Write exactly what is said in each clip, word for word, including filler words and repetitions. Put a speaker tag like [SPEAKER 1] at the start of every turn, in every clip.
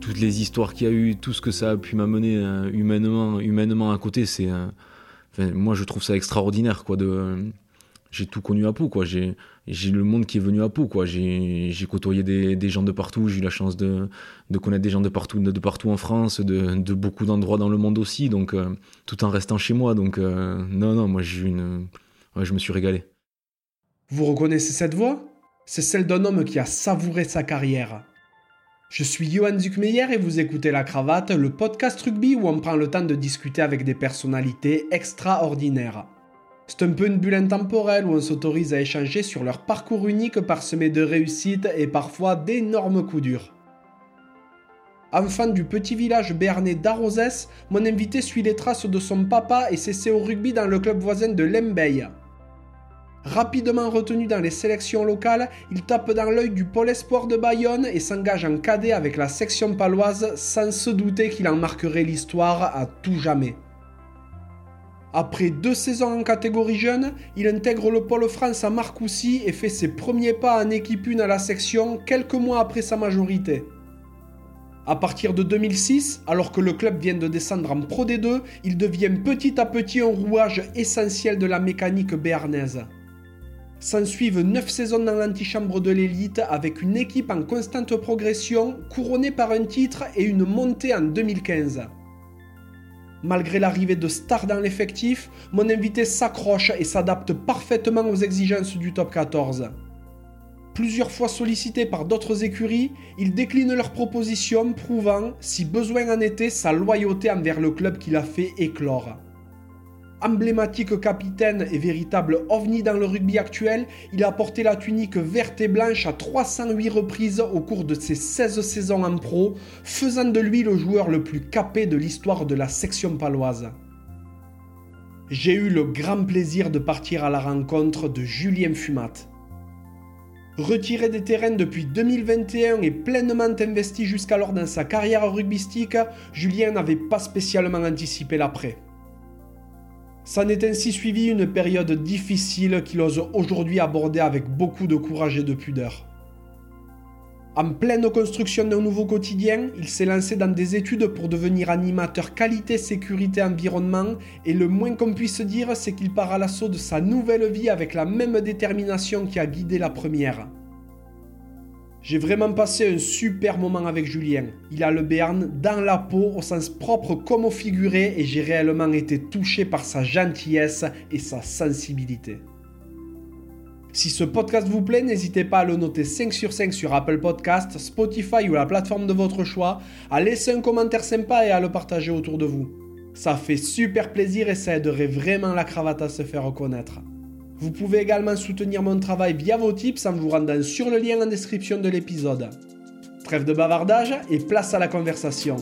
[SPEAKER 1] toutes les histoires qu'il y a eu, tout ce que ça a pu m'amener euh, humainement, humainement à côté, c'est, euh, enfin, moi je trouve ça extraordinaire, quoi. De, euh, j'ai tout connu à Pau, quoi. J'ai, j'ai le monde qui est venu à Pau, quoi. J'ai, j'ai côtoyé des, des gens de partout, j'ai eu la chance de, de connaître des gens de partout, de, de partout en France, de, de beaucoup d'endroits dans le monde aussi, donc euh, tout en restant chez moi. Donc euh, non, non, moi j'ai eu une, ouais, je me suis régalé.
[SPEAKER 2] Vous reconnaissez cette voix ? C'est celle d'un homme qui a savouré sa carrière. Je suis Johan Zuckmeyer et vous écoutez La Cravate, le podcast rugby où on prend le temps de discuter avec des personnalités extraordinaires. C'est un peu une bulle intemporelle où on s'autorise à échanger sur leur parcours unique parsemé de réussites et parfois d'énormes coups durs. Enfant du petit village béarnais d'Arrozès, mon invité suit les traces de son papa et s'essaie au rugby dans le club voisin de Lembeil. Rapidement retenu dans les sélections locales, il tape dans l'œil du pôle espoir de Bayonne et s'engage en cadet avec la section paloise sans se douter qu'il en marquerait l'histoire à tout jamais. Après deux saisons en catégorie jeune, il intègre le pôle France à Marcoussis et fait ses premiers pas en équipe un à la section quelques mois après sa majorité. À partir de deux mille six, alors que le club vient de descendre en Pro D deux, il devient petit à petit un rouage essentiel de la mécanique béarnaise. S'ensuivent neuf saisons dans l'antichambre de l'élite avec une équipe en constante progression, couronnée par un titre et une montée en deux mille quinze. Malgré l'arrivée de stars dans l'effectif, mon invité s'accroche et s'adapte parfaitement aux exigences du top quatorze. Plusieurs fois sollicité par d'autres écuries, il décline leurs propositions, prouvant, si besoin en était, sa loyauté envers le club qu'il a fait éclore. Emblématique capitaine et véritable ovni dans le rugby actuel, il a porté la tunique verte et blanche à trois cent huit reprises au cours de ses seize saisons en pro, faisant de lui le joueur le plus capé de l'histoire de la section paloise. J'ai eu le grand plaisir de partir à la rencontre de Julien Fumat. Retiré des terrains depuis deux mille vingt et un et pleinement investi jusqu'alors dans sa carrière rugbystique, Julien n'avait pas spécialement anticipé l'après. S'en est ainsi suivi une période difficile qu'il ose aujourd'hui aborder avec beaucoup de courage et de pudeur. En pleine construction d'un nouveau quotidien, il s'est lancé dans des études pour devenir animateur qualité, sécurité, environnement et le moins qu'on puisse dire, c'est qu'il part à l'assaut de sa nouvelle vie avec la même détermination qui a guidé la première. J'ai vraiment passé un super moment avec Julien. Il a le Béarn dans la peau au sens propre comme au figuré et j'ai réellement été touché par sa gentillesse et sa sensibilité. Si ce podcast vous plaît, n'hésitez pas à le noter cinq sur cinq sur Apple Podcasts, Spotify ou la plateforme de votre choix, à laisser un commentaire sympa et à le partager autour de vous. Ça fait super plaisir et ça aiderait vraiment La Cravate à se faire reconnaître. Vous pouvez également soutenir mon travail via vos tips en vous rendant sur le lien en description de l'épisode. Trêve de bavardage et place à la conversation.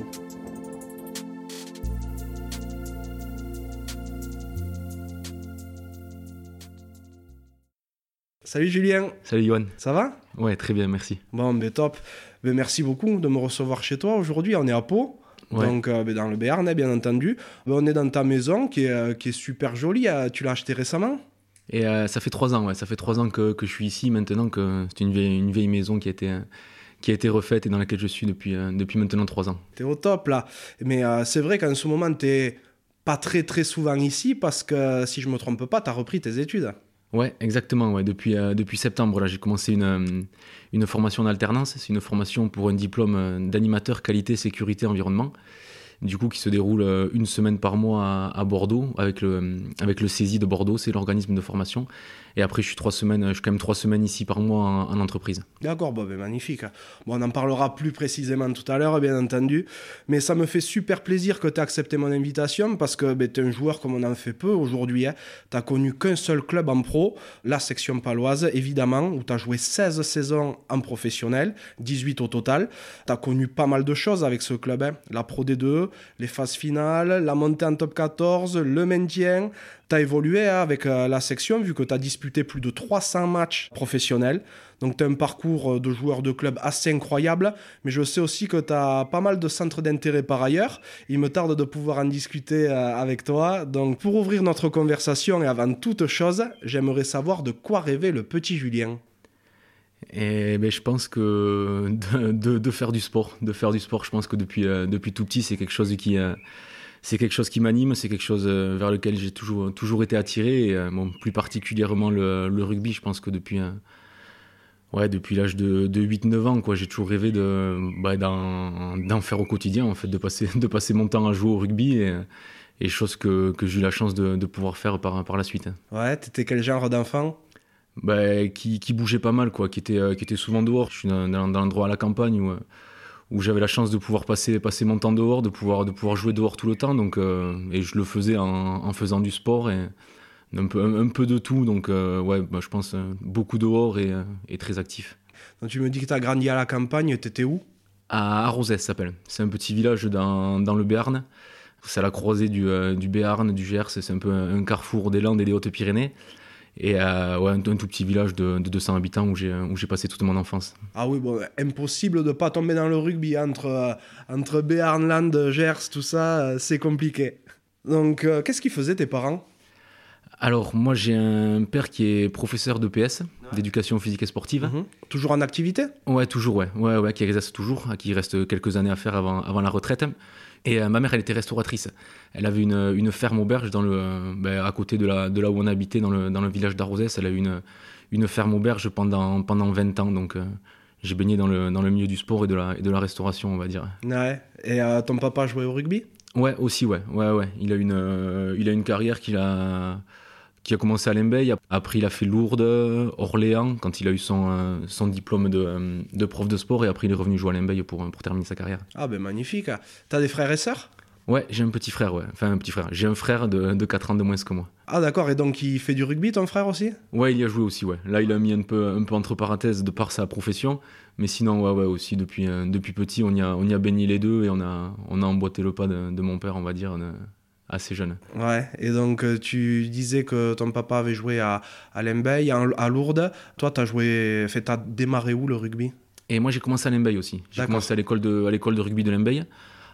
[SPEAKER 2] Salut Julien.
[SPEAKER 1] Salut Johan.
[SPEAKER 2] Ça va ?
[SPEAKER 1] Ouais, très bien, merci.
[SPEAKER 2] Bon, ben top. Ben, merci beaucoup de me recevoir chez toi. Aujourd'hui, on est à Pau. Ouais. Donc, euh, ben, dans le Béarn, bien entendu. Ben, on est dans ta maison qui est, euh, qui est super jolie. Euh, tu l'as achetée récemment ?
[SPEAKER 1] Et euh, ça fait trois ans, ouais. Ça fait trois ans que, que je suis ici maintenant, que c'est une vieille, une vieille maison qui a, été, qui a été refaite et dans laquelle je suis depuis, euh, depuis maintenant trois ans.
[SPEAKER 2] T'es au top là. Mais euh, c'est vrai qu'en ce moment, t'es pas très très souvent ici parce que si je me trompe pas, t'as repris tes études.
[SPEAKER 1] Ouais, exactement. Ouais. Depuis, euh, depuis septembre, là, j'ai commencé une, une formation en alternance. C'est une formation pour un diplôme d'animateur qualité, sécurité, environnement. Du coup, qui se déroule une semaine par mois à, à Bordeaux, avec le, avec le C E S I de Bordeaux, c'est l'organisme de formation. Et après, je suis, trois semaines, je suis quand même trois semaines ici par mois en, en entreprise.
[SPEAKER 2] D'accord, bon, ben magnifique. Bon, on en parlera plus précisément tout à l'heure, bien entendu. Mais ça me fait super plaisir que tu aies accepté mon invitation parce que ben, tu es un joueur comme on en fait peu aujourd'hui. Hein. Tu n'as connu qu'un seul club en pro, la section paloise, évidemment, où tu as joué seize saisons en professionnel, dix-huit au total. Tu as connu pas mal de choses avec ce club. Hein. La Pro D deux, les phases finales, la montée en top quatorze, le maintien. Tu as évolué hein, avec euh, la section, vu que tu as disputé plus de trois cents matchs professionnels. Donc tu as un parcours de joueur de club assez incroyable. Mais je sais aussi que tu as pas mal de centres d'intérêt par ailleurs. Il me tarde de pouvoir en discuter euh, avec toi. Donc pour ouvrir notre conversation et avant toute chose, j'aimerais savoir de quoi rêvait le petit Julien.
[SPEAKER 1] Et ben, je pense que de, de, de faire du sport, de faire du sport, je pense que depuis, euh, depuis tout petit, c'est quelque chose qui, euh, c'est quelque chose qui m'anime, c'est quelque chose euh, vers lequel j'ai toujours, toujours été attiré. Et, euh, bon, plus particulièrement le, le rugby, je pense que depuis, euh, ouais, depuis l'âge de, de huit neuf ans, quoi, j'ai toujours rêvé de, bah, d'en, d'en faire au quotidien, en fait, de passer, de passer mon temps à jouer au rugby. Et, et chose que, que j'ai eu la chance de, de pouvoir faire par, par la suite.
[SPEAKER 2] Ouais, t'étais quel genre d'enfant?
[SPEAKER 1] Bah, qui, qui bougeait pas mal, quoi, qui était, euh, qui était souvent dehors. Je suis dans, dans, dans l'endroit à la campagne où, euh, où j'avais la chance de pouvoir passer, passer mon temps dehors, de pouvoir, de pouvoir jouer dehors tout le temps. Donc, euh, et je le faisais en, en faisant du sport et un peu, un, un peu de tout. Donc, euh, ouais, bah, je pense euh, beaucoup dehors et, euh, et très actif.
[SPEAKER 2] Donc tu me dis que t'as grandi à la campagne, t'étais où?
[SPEAKER 1] À Arrozès, ça s'appelle. C'est un petit village dans, dans le Béarn. C'est à la croisée du, euh, du Béarn, du Gers. C'est un peu un, un carrefour des Landes et des Hautes-Pyrénées. Et euh, ouais, un, un tout petit village de, de deux cents habitants où j'ai, où j'ai passé toute mon enfance.
[SPEAKER 2] Ah oui, bon, impossible de ne pas tomber dans le rugby. Entre, euh, entre Béarn, Landes, Gers, tout ça, euh, c'est compliqué. Donc, euh, qu'est-ce qu'ils faisaient tes parents?
[SPEAKER 1] Alors, moi, j'ai un père qui est professeur d'E P S, d'éducation physique et sportive.
[SPEAKER 2] Mmh. Toujours en activité?
[SPEAKER 1] Ouais, toujours, ouais. Ouais, ouais, qui exerce toujours, qui il reste quelques années à faire avant, avant la retraite. Et euh, ma mère, elle était restauratrice. Elle avait une, une ferme auberge dans le, euh, ben, à côté de, la, de là où on habitait, dans le, dans le village d'Arrozès. Elle a eu une, une ferme auberge pendant, pendant vingt ans. Donc, euh, j'ai baigné dans le, dans le milieu du sport et de, la, et de la restauration, on va dire.
[SPEAKER 2] Ouais. Et euh, ton papa jouait au rugby?
[SPEAKER 1] Ouais, aussi, ouais. ouais, ouais. Il a une, euh, il a une carrière qu'il a... qui a commencé à Lembeil. Après, il a fait Lourdes, Orléans, quand il a eu son, euh, son diplôme de, de prof de sport. Et après, il est revenu jouer à Lembeil pour, pour terminer sa carrière.
[SPEAKER 2] Ah ben magnifique. T'as des frères et sœurs?
[SPEAKER 1] Ouais, j'ai un petit frère, ouais. Enfin, un petit frère. J'ai un frère de, de quatre ans de moins que moi.
[SPEAKER 2] Ah d'accord, et donc il fait du rugby, ton frère aussi?
[SPEAKER 1] Ouais, il y a joué aussi, ouais. Là, il a mis un peu, un peu entre parenthèses de par sa profession. Mais sinon, ouais, ouais, aussi, depuis, euh, depuis petit, on y, a, on y a baigné les deux et on a, on a emboîté le pas de, de mon père, on va dire, de, assez jeune.
[SPEAKER 2] Ouais, et donc euh, tu disais que ton papa avait joué à, à Lembeil, à, à Lourdes. Toi, t'as joué, fait, t'as démarré où le rugby?
[SPEAKER 1] Et moi, j'ai commencé à Lembeil aussi. J'ai
[SPEAKER 2] D'accord.
[SPEAKER 1] commencé à l'école de, à l'école de rugby de Lembeil.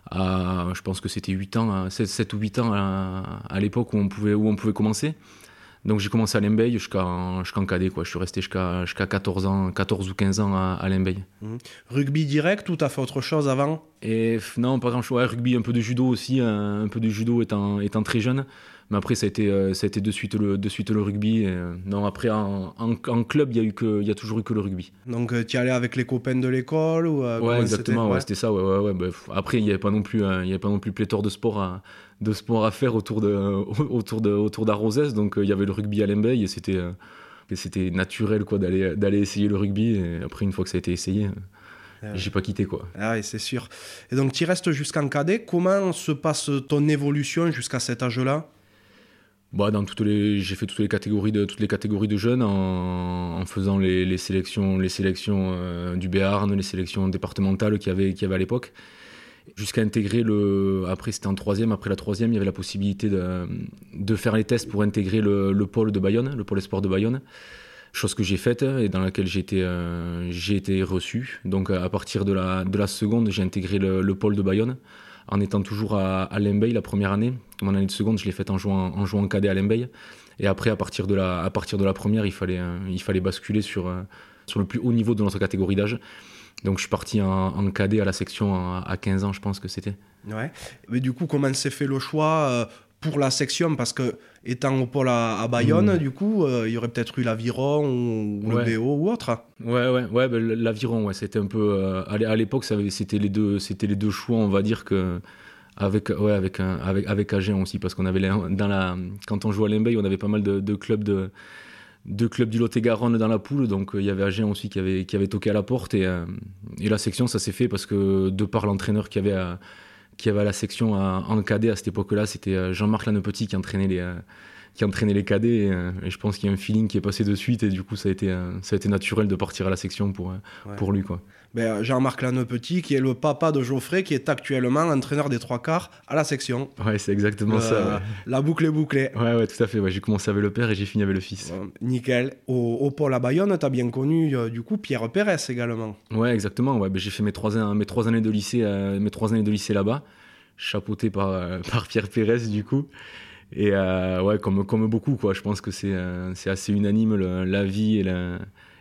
[SPEAKER 1] À, je pense que c'était huit ans, sept ou huit ans à, à l'époque où on pouvait, où on pouvait commencer. Donc j'ai commencé à Lembeil jusqu'en, jusqu'en cadet, quoi. Je suis resté jusqu'à, jusqu'à quatorze ans, quatorze ou quinze ans à, à Lembeil.
[SPEAKER 2] Mmh. Rugby direct ou t'as fait autre chose avant?
[SPEAKER 1] Et non, pas grand chose. Ouais, rugby, un peu de judo aussi, un, un peu de judo étant, étant très jeune. Mais après, ça a été, euh, ça a été de suite le, de suite le rugby. Et, euh, non, après, en, en, en club, il y a eu que, il y a toujours eu que le rugby.
[SPEAKER 2] Donc, euh, tu y allais avec les copains de l'école ou euh,
[SPEAKER 1] Ouais, exactement.
[SPEAKER 2] C'était,
[SPEAKER 1] ouais, c'était ça. Ouais, ouais, ouais. Bah, après, il n'y avait pas non plus, euh, il y avait pas non plus pléthore de sport à, de sport à faire autour de, autour de, autour d'Arrozès. Donc, euh, il y avait le rugby à Lembeil et c'était, euh, et c'était naturel, quoi, d'aller, d'aller essayer le rugby. Et après, une fois que ça a été essayé, euh,
[SPEAKER 2] Ah,
[SPEAKER 1] j'ai pas quitté, quoi.
[SPEAKER 2] Ah oui, c'est sûr. Et donc, tu restes jusqu'en cadet. Comment se passe ton évolution jusqu'à cet âge-là?
[SPEAKER 1] Bah, dans toutes les, j'ai fait toutes les catégories de, toutes les catégories de jeunes en, en faisant les, les sélections, les sélections euh, du Béarn, les sélections départementales qu'il y avait, qu'il y avait à l'époque. Jusqu'à intégrer le. Après, c'était en troisième. Après la troisième, il y avait la possibilité de, de faire les tests pour intégrer le, le pôle de Bayonne, le pôle sport de Bayonne. Chose que j'ai faite et dans laquelle j'ai été, euh, j'ai été reçu. Donc, à partir de la, de la seconde, j'ai intégré le, le pôle de Bayonne en étant toujours à, à Lembeil la première année. Mon année de seconde, je l'ai faite en jouant, en jouant cadet à Lembeil. Et après, à partir de la, à partir de la première, il fallait, euh, il fallait basculer sur, euh, sur le plus haut niveau de notre catégorie d'âge. Donc, je suis parti en, en cadet à la section à, à quinze ans, je pense que c'était.
[SPEAKER 2] Ouais. Mais du coup, comment s'est fait le choix euh, pour la section? Parce que, étant au pôle à, à Bayonne, mmh. du coup, euh, il y aurait peut-être eu l'Aviron ou, ou
[SPEAKER 1] ouais.
[SPEAKER 2] le B O ou autre.
[SPEAKER 1] Ouais, ouais, ouais. Ben, l'Aviron, ouais, c'était un peu. Euh, à l'époque, ça avait, c'était les deux, c'était les deux choix, on va dire que. Avec, ouais, avec, un, avec, avec Agen aussi, parce qu'on avait les, dans la, quand on jouait à Lembeil, on avait pas mal de, de clubs de, de clubs du Lot-et-Garonne dans la poule, donc il euh, y avait Agen aussi qui avait, qui avait toqué à la porte, et, euh, et la section, ça s'est fait parce que de par l'entraîneur qui avait à, qui avait à la section à, en cadet à cette époque-là, c'était Jean-Marc Lannepetit qui entraînait les, euh, qui entraînait les cadets, et, euh, et je pense qu'il y a un feeling qui est passé de suite, et du coup ça a été, euh, ça a été naturel de partir à la section pour, ouais. pour lui, quoi.
[SPEAKER 2] Ben, Jean-Marc Lannepetit, qui est le papa de Geoffrey, qui est actuellement entraîneur des trois quarts à la section.
[SPEAKER 1] Ouais, c'est exactement euh, ça. Ouais.
[SPEAKER 2] La boucle est bouclée.
[SPEAKER 1] Ouais, ouais, tout à fait. Ouais. J'ai commencé avec le père et j'ai fini avec le fils.
[SPEAKER 2] Ouais, nickel. Au, au pôle à Bayonne, tu as bien connu euh, du coup Pierre Pérez également.
[SPEAKER 1] Ouais, exactement. Ouais. Ben, j'ai fait mes trois, mes trois années de lycée, euh, mes trois années de lycée là-bas, chapeauté par, euh, par Pierre Pérez du coup. Et euh, ouais, comme, comme beaucoup, quoi. Je pense que c'est, euh, c'est assez unanime le, la vie et la.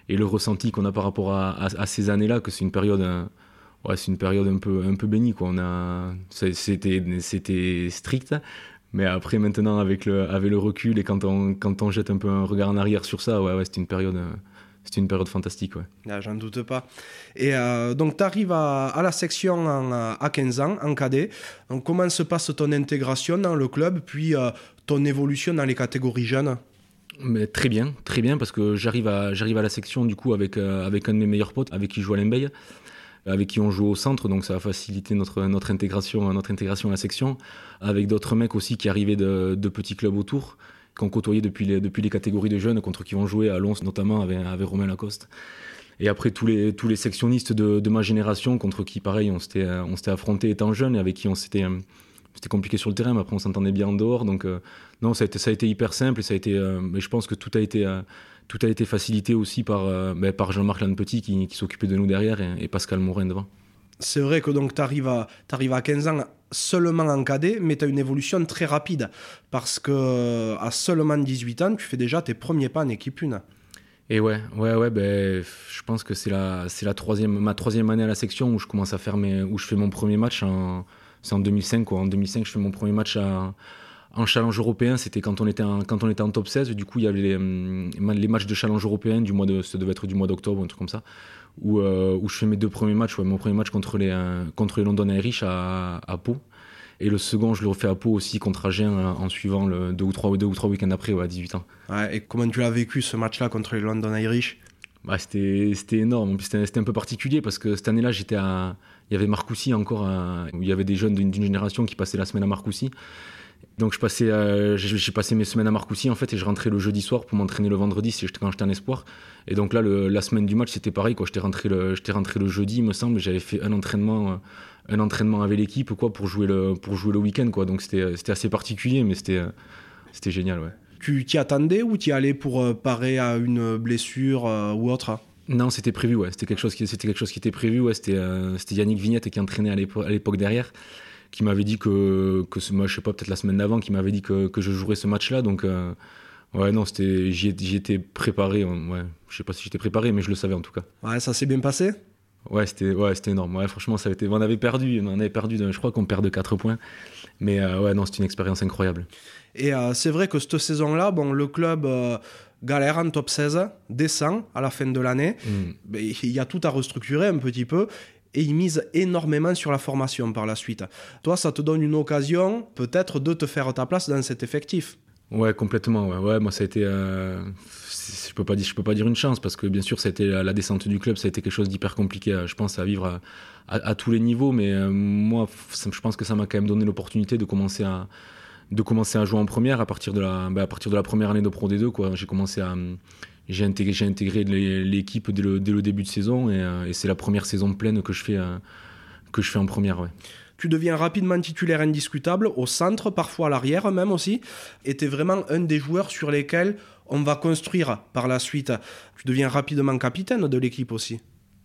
[SPEAKER 1] et le ressenti qu'on a par rapport à, à, à ces années-là, que c'est une période, euh, ouais, c'est une période un peu, un peu bénie, quoi. On a, c'était, c'était strict, mais après maintenant avec le, avec le recul et quand on, quand on jette un peu un regard en arrière sur ça, ouais, ouais, c'était une période, euh, c'était une période fantastique, ouais.
[SPEAKER 2] Ah, j'en doute pas. Et euh, donc tu arrives à, à la section en, à quinze ans, en cadet. Donc comment se passe ton intégration dans le club, puis euh, ton évolution dans les catégories jeunes?
[SPEAKER 1] Mais très bien, très bien, parce que j'arrive à, j'arrive à la section du coup avec, euh, avec un de mes meilleurs potes, avec qui je joue à Limbeil, avec qui on joue au centre, donc ça a facilité notre, notre, intégration, notre intégration à la section, avec d'autres mecs aussi qui arrivaient de, de petits clubs autour, qu'on côtoyait depuis les, depuis les catégories de jeunes, contre qui on jouait à Lons notamment, avec, avec Romain Lacoste. Et après tous les, tous les sectionnistes de, de ma génération, contre qui pareil on s'était, on s'était affrontés étant jeunes, et avec qui on s'était... C'était compliqué sur le terrain, mais après on s'entendait bien en dehors. Donc euh, non, ça a, été, ça a été hyper simple. Et ça a été, euh, mais je pense que tout a été, euh, tout a été facilité aussi par, euh, ben, par Jean-Marc Lannepetit qui, qui s'occupait de nous derrière et, et Pascal Morin devant.
[SPEAKER 2] C'est vrai que donc tu arrives à, t'arrives à quinze ans seulement en cadet, mais tu as une évolution très rapide. Parce qu'à seulement dix-huit ans, tu fais déjà tes premiers pas en équipe une.
[SPEAKER 1] Et ouais, ouais, ouais, ben, je pense que c'est, la, c'est la troisième, ma troisième année à la section où je commence à faire mes, où je fais mon premier match en... C'est en deux mille cinq, quoi. En deux mille cinq, je fais mon premier match à, en challenge européen. C'était quand on était en, quand on était en top seize. Du coup, il y avait les, les matchs de challenge européen du mois de, ça devait être du mois d'octobre, un truc comme ça, où, euh, où je fais mes deux premiers matchs. Ouais, mon premier match contre les, euh, contre les London Irish à, à Pau. Et le second, je le refais à Pau aussi contre Agen en suivant le deux ou trois, deux ou trois week-ends après, ouais, à dix-huit ans.
[SPEAKER 2] Ouais, et comment tu l'as vécu ce match-là contre les London Irish?
[SPEAKER 1] Bah, c'était, c'était énorme. C'était, c'était un peu particulier parce que cette année-là, j'étais à... il y avait Marcoussis encore, à... où il y avait des jeunes d'une, d'une génération qui passaient la semaine à Marcoussis. Donc je passais, euh, j'ai, j'ai passé mes semaines à Marcoussis en fait, et je rentrais le jeudi soir pour m'entraîner le vendredi quand j'étais en espoir. Et donc là, le, la semaine du match, c'était pareil, quoi. J'étais rentré le, j'étais rentré le jeudi, il me semble. J'avais fait un entraînement, un entraînement avec l'équipe, quoi, pour jouer le, pour jouer le week-end, quoi. Donc c'était, c'était assez particulier, mais c'était, c'était génial, ouais.
[SPEAKER 2] Tu t'y attendais ou t'y allais pour euh, parer à une blessure euh, ou autre?
[SPEAKER 1] Non, c'était prévu, ouais. C'était quelque chose qui, c'était quelque chose qui était prévu, ouais. C'était, euh, c'était Yannick Vignette qui entraînait à l'époque, à l'époque derrière, qui m'avait dit que, que ce, moi, je sais pas, peut-être la semaine d'avant, qui m'avait dit que, que je jouerais ce match-là. Donc, euh, ouais, non, c'était, j'y, j'y étais préparé. Ouais, je sais pas si j'étais préparé, mais je le savais en tout cas.
[SPEAKER 2] Ouais, ça s'est bien passé?
[SPEAKER 1] Ouais, c'était, ouais, c'était énorme. Ouais, franchement, ça a été, on avait perdu, on avait perdu, je crois qu'on perd de quatre points. Mais euh, ouais, non, c'est une expérience incroyable.
[SPEAKER 2] Et euh, c'est vrai que cette saison-là, bon, le club euh, galère en top seize, descend à la fin de l'année. Mm. Il y a tout à restructurer un petit peu. Et il mise énormément sur la formation par la suite. Toi, ça te donne une occasion, peut-être, de te faire ta place dans cet effectif.
[SPEAKER 1] Ouais, complètement. Ouais, ouais moi, ça a été... Euh, je peux pas dire, je peux pas dire une chance, parce que, bien sûr, ça a été, la descente du club, ça a été quelque chose d'hyper compliqué, je pense, à vivre à, à, à tous les niveaux. Mais euh, moi, je pense que ça m'a quand même donné l'opportunité de commencer à... de commencer à jouer en première à partir de la, bah, à partir de la première année de Pro D deux, quoi. J'ai commencé à... J'ai intégré, j'ai intégré l'équipe dès le, dès le début de saison et, euh, et c'est la première saison pleine que je fais, euh, que je fais en première. Ouais.
[SPEAKER 2] Tu deviens rapidement titulaire indiscutable au centre, parfois à l'arrière même aussi, et tu es vraiment un des joueurs sur lesquels on va construire par la suite. Tu deviens rapidement capitaine de l'équipe aussi.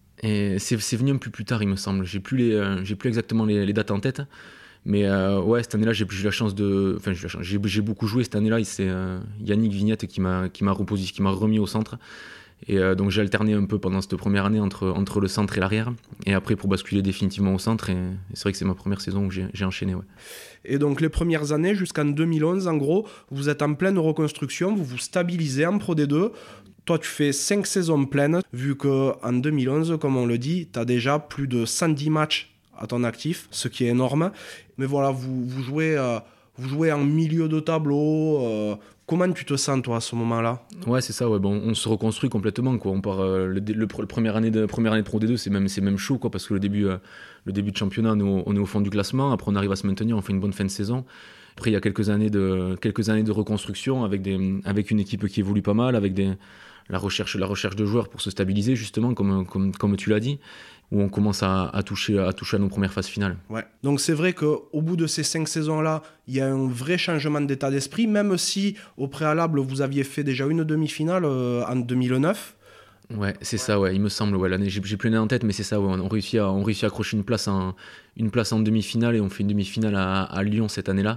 [SPEAKER 1] Et c'est, c'est venu un peu plus tard, il me semble. J'ai plus, les, euh, j'ai plus exactement les, les dates en tête. Mais euh, ouais, cette année-là, j'ai, j'ai eu la chance de... Enfin, j'ai, j'ai, j'ai beaucoup joué cette année-là. Et c'est euh, Yannick Vignette qui m'a, qui, m'a reposé, qui m'a remis au centre. Et euh, donc j'ai alterné un peu pendant cette première année entre, entre le centre et l'arrière. Et après, pour basculer définitivement au centre. Et, et c'est vrai que c'est ma première saison où j'ai, j'ai enchaîné. Ouais.
[SPEAKER 2] Et donc les premières années, jusqu'en deux mille onze, en gros, vous êtes en pleine reconstruction. Vous vous stabilisez en Pro D deux. Toi, tu fais cinq saisons pleines, vu qu'en deux mille onze, comme on le dit, tu as déjà plus de cent dix matchs à ton actif, ce qui est énorme. Mais voilà, vous, vous, jouez, euh, vous jouez en milieu de tableau. Euh, comment tu te sens, toi, à ce moment-là ?
[SPEAKER 1] Ouais, c'est ça. Ouais. Bon, on se reconstruit complètement, quoi. On part, euh, le, le, le première année de première année de Pro D deux, c'est même, c'est même chaud, quoi, parce que le début, euh, le début de championnat, on est, au, on est au fond du classement. Après, on arrive à se maintenir, on fait une bonne fin de saison. Après, il y a quelques années de, quelques années de reconstruction avec, des, avec une équipe qui évolue pas mal, avec des, la, recherche, la recherche de joueurs pour se stabiliser, justement, comme, comme, comme tu l'as dit, où on commence à, à, toucher, à toucher à nos premières phases finales.
[SPEAKER 2] Ouais. Donc c'est vrai qu'au bout de ces cinq saisons-là, il y a un vrai changement d'état d'esprit, même si au préalable, vous aviez fait déjà une demi-finale euh, en deux mille neuf.
[SPEAKER 1] Ouais, c'est ouais. ça, ouais, il me semble. Ouais, l'année, j'ai, j'ai plus l'année en tête, mais c'est ça, ouais, on, réussit à, on réussit à accrocher une place, en, une place en demi-finale et on fait une demi-finale à, à Lyon cette année-là.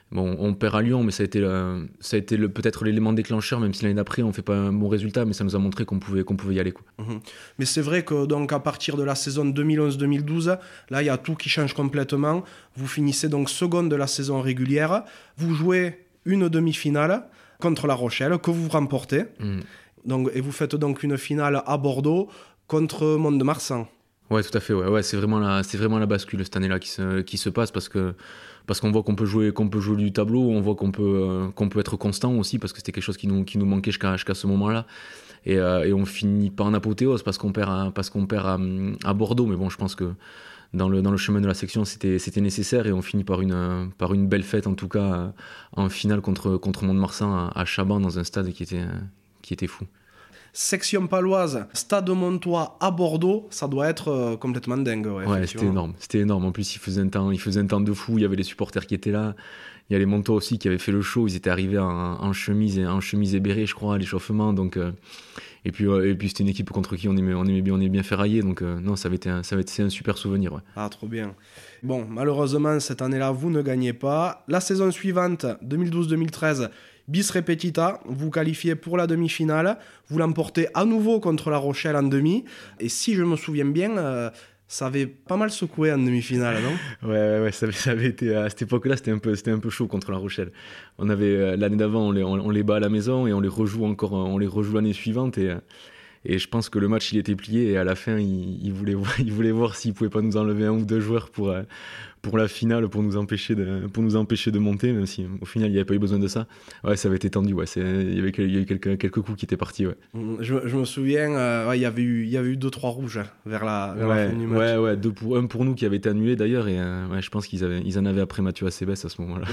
[SPEAKER 1] Bon, on perd à Lyon, mais ça a été, le, ça a été le, peut-être l'élément déclencheur, même si l'année d'après, on ne fait pas un bon résultat, mais ça nous a montré qu'on pouvait, qu'on pouvait y aller, quoi.
[SPEAKER 2] Mmh. Mais c'est vrai que donc, à partir de la saison deux mille onze deux mille douze, là, il y a tout qui change complètement. Vous finissez donc second de la saison régulière. Vous jouez une demi-finale contre La Rochelle, que vous remportez. Mmh. Donc, et vous faites donc une finale à Bordeaux contre Mont-de-Marsan.
[SPEAKER 1] Ouais, tout à fait. Ouais, ouais, c'est vraiment la, c'est vraiment la bascule cette année-là qui se, qui se passe parce que parce qu'on voit qu'on peut jouer, qu'on peut jouer du tableau, on voit qu'on peut, euh, qu'on peut être constant aussi parce que c'était quelque chose qui nous, qui nous manquait jusqu'à, jusqu'à ce moment-là. Et, euh, et on finit pas en apothéose parce qu'on perd, à, parce qu'on perd à, à Bordeaux. Mais bon, je pense que dans le, dans le chemin de la section, c'était, c'était nécessaire et on finit par une, par une belle fête en tout cas en finale contre, contre Mont-de-Marsan à, à Chaban dans un stade qui était, qui était fou.
[SPEAKER 2] Section paloise, Stade Montois à Bordeaux, ça doit être euh, complètement dingue. Ouais,
[SPEAKER 1] ouais c'était énorme, c'était énorme. En plus, il faisait un temps, il faisait un temps de fou. Il y avait les supporters qui étaient là. Il y a les Montois aussi qui avaient fait le show. Ils étaient arrivés en, en chemise, et en chemise et béret, je crois, à l'échauffement. Donc, euh, et puis, euh, et puis c'était une équipe contre qui on aimait, on aimait bien, on aimait bien ferrailler. Donc, euh, non, ça avait été, un, ça avait été un super souvenir. Ouais.
[SPEAKER 2] Ah, trop bien. Bon, malheureusement, cette année-là, vous ne gagnez pas. La saison suivante, deux mille douze deux mille treize. Bis repetita, vous qualifiez pour la demi-finale, vous l'emportez à nouveau contre La Rochelle en demi, et si je me souviens bien, euh, ça avait pas mal secoué en demi-finale, non ?
[SPEAKER 1] Ouais, ouais, ouais, ça avait, ça avait été, à cette époque-là, c'était un peu, c'était un peu chaud contre La Rochelle. On avait, euh, l'année d'avant, on les, on, on les bat à la maison, et on les rejoue encore, on les rejoue l'année suivante, et, et je pense que le match, il était plié, et à la fin, il, il, voulait, voir, il voulait voir s'il pouvait pas nous enlever un ou deux joueurs pour... Euh, pour la finale, pour nous empêcher de, pour nous empêcher de monter, même si au final il n'y avait pas eu besoin de ça. Ouais, ça avait été tendu. Ouais, c'est, il y avait, il y a eu quelques, quelques coups qui étaient partis. Ouais.
[SPEAKER 2] Je, je me souviens, euh, ouais, il y avait eu, il y avait eu deux trois rouges vers la, vers
[SPEAKER 1] ouais,
[SPEAKER 2] la fin du match.
[SPEAKER 1] Ouais, ouais, deux pour, un pour nous qui avait été annulé d'ailleurs, et euh, ouais, je pense qu'ils avaient, ils en avaient après Mathieu Acebes à ce moment-là.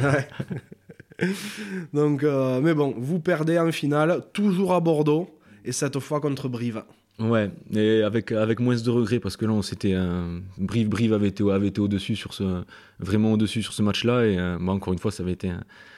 [SPEAKER 2] Ouais. Donc, euh, mais bon, vous perdez en finale, toujours à Bordeaux, et cette fois contre Brive.
[SPEAKER 1] Ouais, et avec, avec moins de regrets parce que là, on s'était, euh, Brive, Brive avait été, avait été au-dessus sur ce, vraiment au-dessus sur ce match-là, et euh, bah, encore une fois, ça avait été,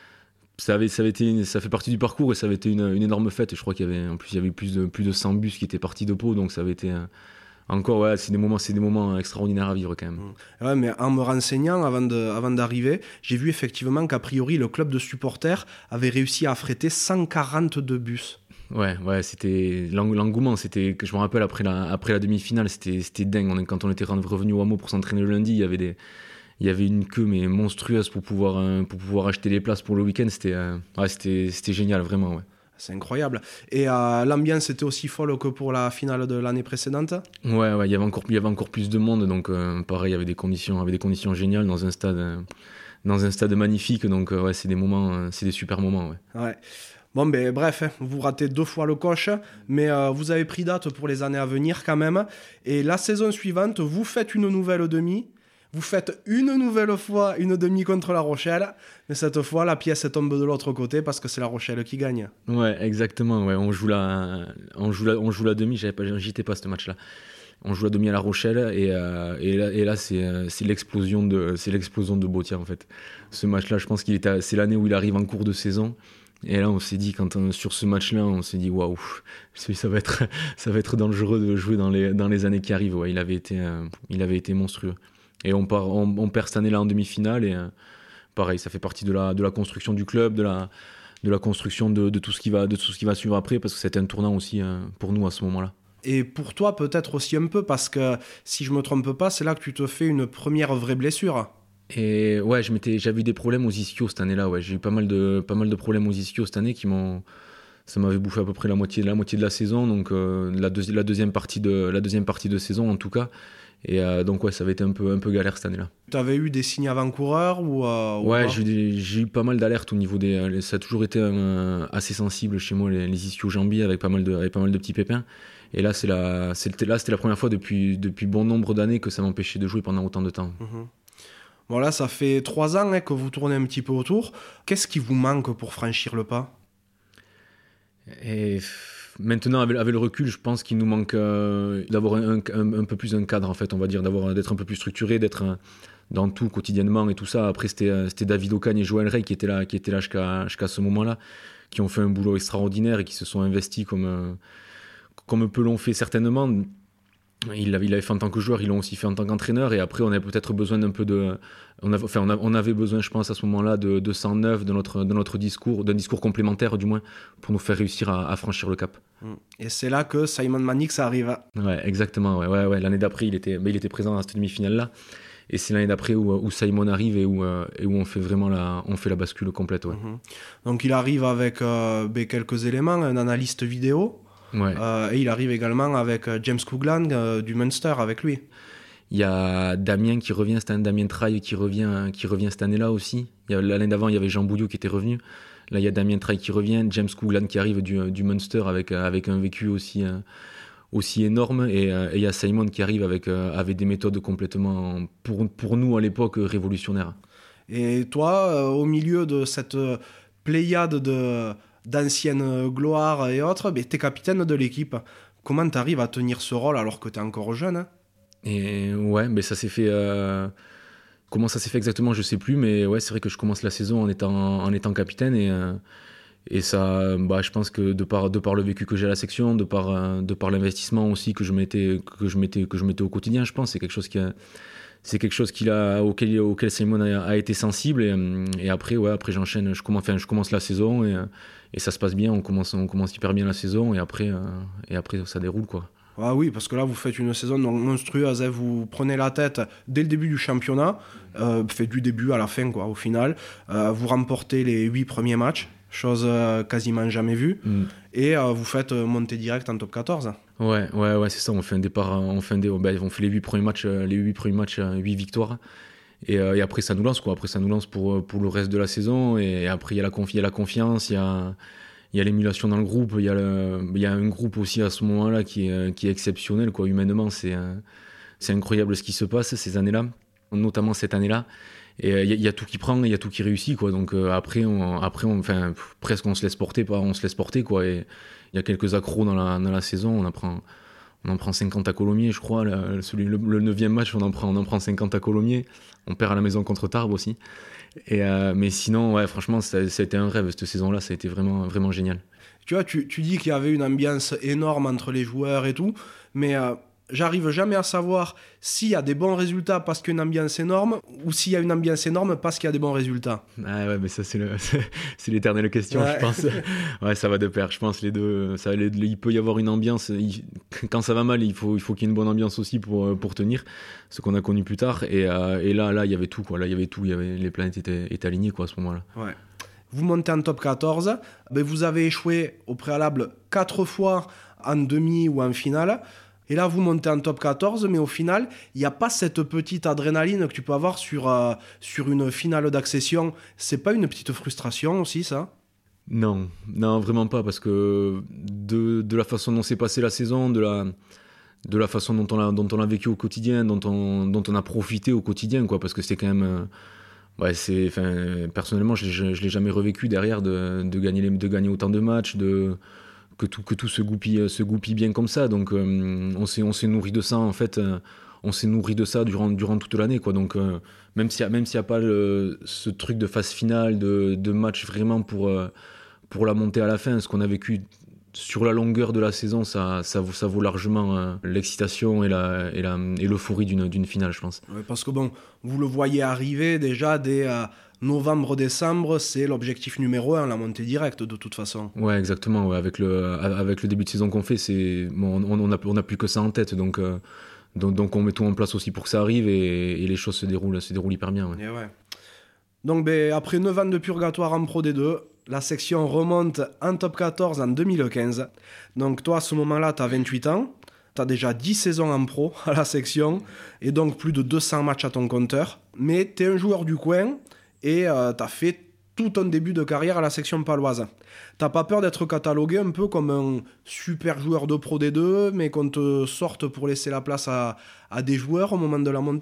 [SPEAKER 1] ça avait, ça avait été, ça fait partie du parcours et ça avait été une, une énorme fête. Et je crois qu'il y avait, en plus, il y avait plus de, plus de cent bus qui étaient partis de Pau, donc ça avait été euh, encore, ouais, c'est des moments, c'est des moments extraordinaires à vivre quand même.
[SPEAKER 2] Ouais, mais en me renseignant avant, de, avant d'arriver, j'ai vu effectivement qu'a priori le club de supporters avait réussi à affréter cent quarante-deux bus.
[SPEAKER 1] Ouais, ouais, c'était l'engouement, c'était que je me rappelle après la après la demi-finale, c'était c'était dingue. On, quand on était revenu au hameau pour s'entraîner le lundi, il y avait des il y avait une queue mais monstrueuse pour pouvoir euh, pour pouvoir acheter les places pour le week-end. C'était euh, ouais, c'était c'était génial vraiment. Ouais.
[SPEAKER 2] C'est incroyable. Et euh, l'ambiance était aussi folle que pour la finale de l'année précédente.
[SPEAKER 1] Ouais, ouais, il y avait encore il y avait encore plus de monde, donc euh, pareil, il y avait des conditions, avait des conditions géniales dans un stade euh, dans un stade magnifique. Donc euh, ouais, c'est des moments, euh, c'est des super moments. Ouais.
[SPEAKER 2] Ouais. Bon, ben bref, vous ratez deux fois le coche, mais euh, vous avez pris date pour les années à venir quand même. Et la saison suivante, vous faites une nouvelle demi, vous faites une nouvelle fois une demi contre La Rochelle, mais cette fois, la pièce tombe de l'autre côté parce que c'est La Rochelle qui gagne.
[SPEAKER 1] Ouais, exactement. Ouais, on joue la, on joue la, on joue la demi. J'avais pas, j'étais pas ce match-là. On joue la demi à La Rochelle et, euh, et là, et là c'est, c'est l'explosion de, c'est l'explosion de Botia en fait. Ce match-là, je pense qu'il était, c'est l'année où il arrive en cours de saison. Et là, on s'est dit, quand on, sur ce match-là, on s'est dit, waouh, ça va être, ça va être dangereux de jouer dans les, dans les années qui arrivent. Ouais, il avait été, euh, il avait été monstrueux. Et on, part, on, on perd cette année-là en demi-finale. Et euh, pareil, ça fait partie de la, de la construction du club, de la, de la construction de, de, tout ce qui va, de tout ce qui va suivre après, parce que c'était un tournant aussi euh, pour nous à ce moment-là.
[SPEAKER 2] Et pour toi, peut-être aussi un peu, parce que si je me trompe pas, c'est là que tu te fais une première vraie blessure.
[SPEAKER 1] Et ouais, je m'étais, j'avais eu des problèmes aux ischios cette année-là. Ouais. J'ai eu pas mal de, pas mal de problèmes aux ischios cette année qui m'ont, ça m'avait bouffé à peu près la moitié, la moitié de la saison, donc euh, la, deuxi- la deuxième partie de, la deuxième partie de saison en tout cas. Et euh, donc ouais, ça avait été un peu, un peu galère cette année-là.
[SPEAKER 2] Tu avais eu des signes avant-coureurs ou, euh, ou
[SPEAKER 1] Ouais,
[SPEAKER 2] pas
[SPEAKER 1] j'ai eu, des, j'ai eu pas mal d'alertes au niveau des, ça a toujours été euh, assez sensible chez moi les, les ischios-jambiers avec pas mal de, avec pas mal de petits pépins. Et là, c'est la, c'était, là, c'était la première fois depuis, depuis bon nombre d'années que ça m'empêchait de jouer pendant autant de temps.
[SPEAKER 2] Mmh. Bon là, ça fait trois ans hein, que vous tournez un petit peu autour. Qu'est-ce qui vous manque pour franchir le pas ?
[SPEAKER 1] Et maintenant, avec, avec le recul, je pense qu'il nous manque euh, d'avoir un, un, un peu plus un cadre, en fait, on va dire, d'avoir, d'être un peu plus structuré, d'être euh, dans tout quotidiennement et tout ça. Après, c'était, c'était David Ocagne et Joël Rey qui étaient là, qui étaient là jusqu'à, jusqu'à ce moment-là, qui ont fait un boulot extraordinaire et qui se sont investis comme, euh, comme peu l'ont fait certainement. Il l'avait, il l'avait fait en tant que joueur, ils l'ont aussi fait en tant qu'entraîneur. Et après, on avait peut-être besoin d'un peu de. On avait, enfin, on, a, on avait besoin, je pense, à ce moment-là, de, de cent neuf, de notre, de notre discours, d'un discours complémentaire, du moins, pour nous faire réussir à, à franchir le cap.
[SPEAKER 2] Et c'est là que Simon Mannix arrive.
[SPEAKER 1] Ouais, exactement. Ouais, ouais, ouais. L'année d'après, il était, mais il était présent à cette demi-finale-là. Et c'est l'année d'après où, où Simon arrive et où, euh, et où on fait vraiment la, on fait la bascule complète. Ouais.
[SPEAKER 2] Mm-hmm. Donc il arrive avec euh, ben, quelques éléments, un analyste vidéo.
[SPEAKER 1] Ouais.
[SPEAKER 2] Euh, et il arrive également avec euh, James Coughlin euh, du Munster avec lui.
[SPEAKER 1] Il y a Damien qui revient, c'est un Damien Traille qui revient, qui revient cette année-là aussi. Il y a, l'année d'avant, il y avait Jean Bouillot qui était revenu. Là, il y a Damien Traille qui revient, James Coughlin qui arrive du, du Munster avec, avec un vécu aussi, euh, aussi énorme. Et, euh, et il y a Simon qui arrive avec, euh, avec des méthodes complètement, pour, pour nous à l'époque, révolutionnaires.
[SPEAKER 2] Et toi, euh, au milieu de cette pléiade de, d'anciennes gloires et autres, ben, t'es capitaine de l'équipe. Comment t'arrives à tenir ce rôle alors que t'es encore jeune, hein?
[SPEAKER 1] Et ouais, mais ça s'est fait. Euh... Comment ça s'est fait exactement, je sais plus, mais ouais, c'est vrai que je commence la saison en étant, en étant capitaine et, euh, et ça, bah, je pense que de par, de par le vécu que j'ai à la section, de par, euh, de par l'investissement aussi que je mettais, que je mettais, que je mettais au quotidien, je pense, c'est quelque chose qui a, c'est quelque chose qu'il a, auquel, auquel Simon a, a été sensible et, et après, ouais, après j'enchaîne, je commence, enfin, je commence la saison et, et ça se passe bien, on commence, on commence hyper bien la saison et après, euh, et après ça déroule quoi.
[SPEAKER 2] Ah oui, parce que là, vous faites une saison donc monstrueuse. Hein. Vous prenez la tête dès le début du championnat, euh, fait du début à la fin, quoi, au final. Euh, vous remportez les huit premiers matchs, chose euh, quasiment jamais vue. Mm. Et euh, vous faites euh, monter direct en top quatorze.
[SPEAKER 1] Ouais, ouais, ouais, c'est ça. On fait un départ, on fait, un dé... ben, on fait les huit premiers matchs, les huit premiers matchs, huit victoires. Et, euh, et après, ça nous lance, quoi. Après, ça nous lance pour, pour le reste de la saison. Et, et après, il y a la confi- il y a la confiance, il y a. Il y a l'émulation dans le groupe, il y a, le, il y a un groupe aussi à ce moment-là qui est, qui est exceptionnel, quoi. Humainement, c'est, c'est incroyable ce qui se passe ces années-là, notamment cette année-là. Et il y, a, il y a tout qui prend, il y a tout qui réussit, quoi. Donc euh, après, on, après on, enfin, presque on se laisse porter, on se laisse porter, quoi. Et il y a quelques accros dans la, dans la saison, on en prend, on en prend cinquante à Colomiers, je crois. Le, celui, le, le neuvième match, on en, prend, on en prend cinquante à Colomiers. On perd à la maison contre Tarbes aussi. Et euh, mais sinon, ouais, franchement, ça, ça a été un rêve cette saison-là, ça a été vraiment, vraiment génial.
[SPEAKER 2] Tu vois, tu, tu dis qu'il y avait une ambiance énorme entre les joueurs et tout, mais euh, j'arrive jamais à savoir s'il y a des bons résultats parce qu'il y a une ambiance énorme ou s'il y a une ambiance énorme parce qu'il y a des bons résultats.
[SPEAKER 1] Ah ouais, mais ça, c'est, le, c'est, c'est l'éternelle question, ouais. Je pense. Ouais, ça va de pair, je pense, les deux. Ça, les, il peut y avoir une ambiance. Il, quand ça va mal, il faut, il faut qu'il y ait une bonne ambiance aussi pour, pour tenir, ce qu'on a connu plus tard. Et, euh, et là, là, il y avait tout, quoi. Là, il y avait tout. Il y avait, les planètes étaient, étaient alignées, quoi, à ce moment-là.
[SPEAKER 2] Ouais. Vous montez en top quatorze, ben vous avez échoué au préalable quatre fois en demi ou en finale. Et là, vous montez en top quatorze, mais au final, il n'y a pas cette petite adrénaline que tu peux avoir sur, euh, sur une finale d'accession. C'est pas une petite frustration aussi, ça ?
[SPEAKER 1] Non, non, vraiment pas, parce que de, de la façon dont s'est passée la saison, de la, de la façon dont on l'a, dont on l'a vécu au quotidien, dont on, dont on a profité au quotidien, quoi, parce que c'est quand même... Euh, Ouais, c'est, enfin, personnellement, je ne l'ai jamais revécu derrière de, de, gagner les, de gagner autant de matchs, de, que, tout, que tout se goupille, se goupille bien comme ça. Donc, euh, on, s'est, on s'est nourri de ça, en fait. Euh, on s'est nourri de ça durant, durant toute l'année, quoi. Donc, euh, même s'il n'y a, a pas le, ce truc de phase finale, de, de match vraiment pour, euh, pour la montée à la fin, ce qu'on a vécu sur la longueur de la saison, ça, ça, vaut, ça vaut largement euh, l'excitation et, la, et, la, et l'euphorie d'une, d'une finale, je pense.
[SPEAKER 2] Ouais, parce que bon, vous le voyez arriver déjà dès euh, novembre-décembre, c'est l'objectif numéro un, la montée directe de toute façon.
[SPEAKER 1] Ouais, exactement. Ouais. Avec, le, avec le début de saison qu'on fait, c'est, bon, on n'a on a plus que ça en tête. Donc, euh, donc, donc on met tout en place aussi pour que ça arrive et, et les choses se déroulent, se déroulent hyper bien. Ouais.
[SPEAKER 2] Et ouais. Donc ben, après neuf ans de purgatoire en Pro D deux, la section remonte en top quatorze en deux mille quinze. Donc toi, à ce moment-là, tu as vingt-huit ans. Tu as déjà dix saisons en pro à la section. Et donc plus de deux cents matchs à ton compteur. Mais tu es un joueur du coin et euh, tu as fait tout un début de carrière à la section paloise. T'as pas peur d'être catalogué un peu comme un super joueur de Pro D deux, mais qu'on te sorte pour laisser la place à, à des joueurs au moment de la montée ?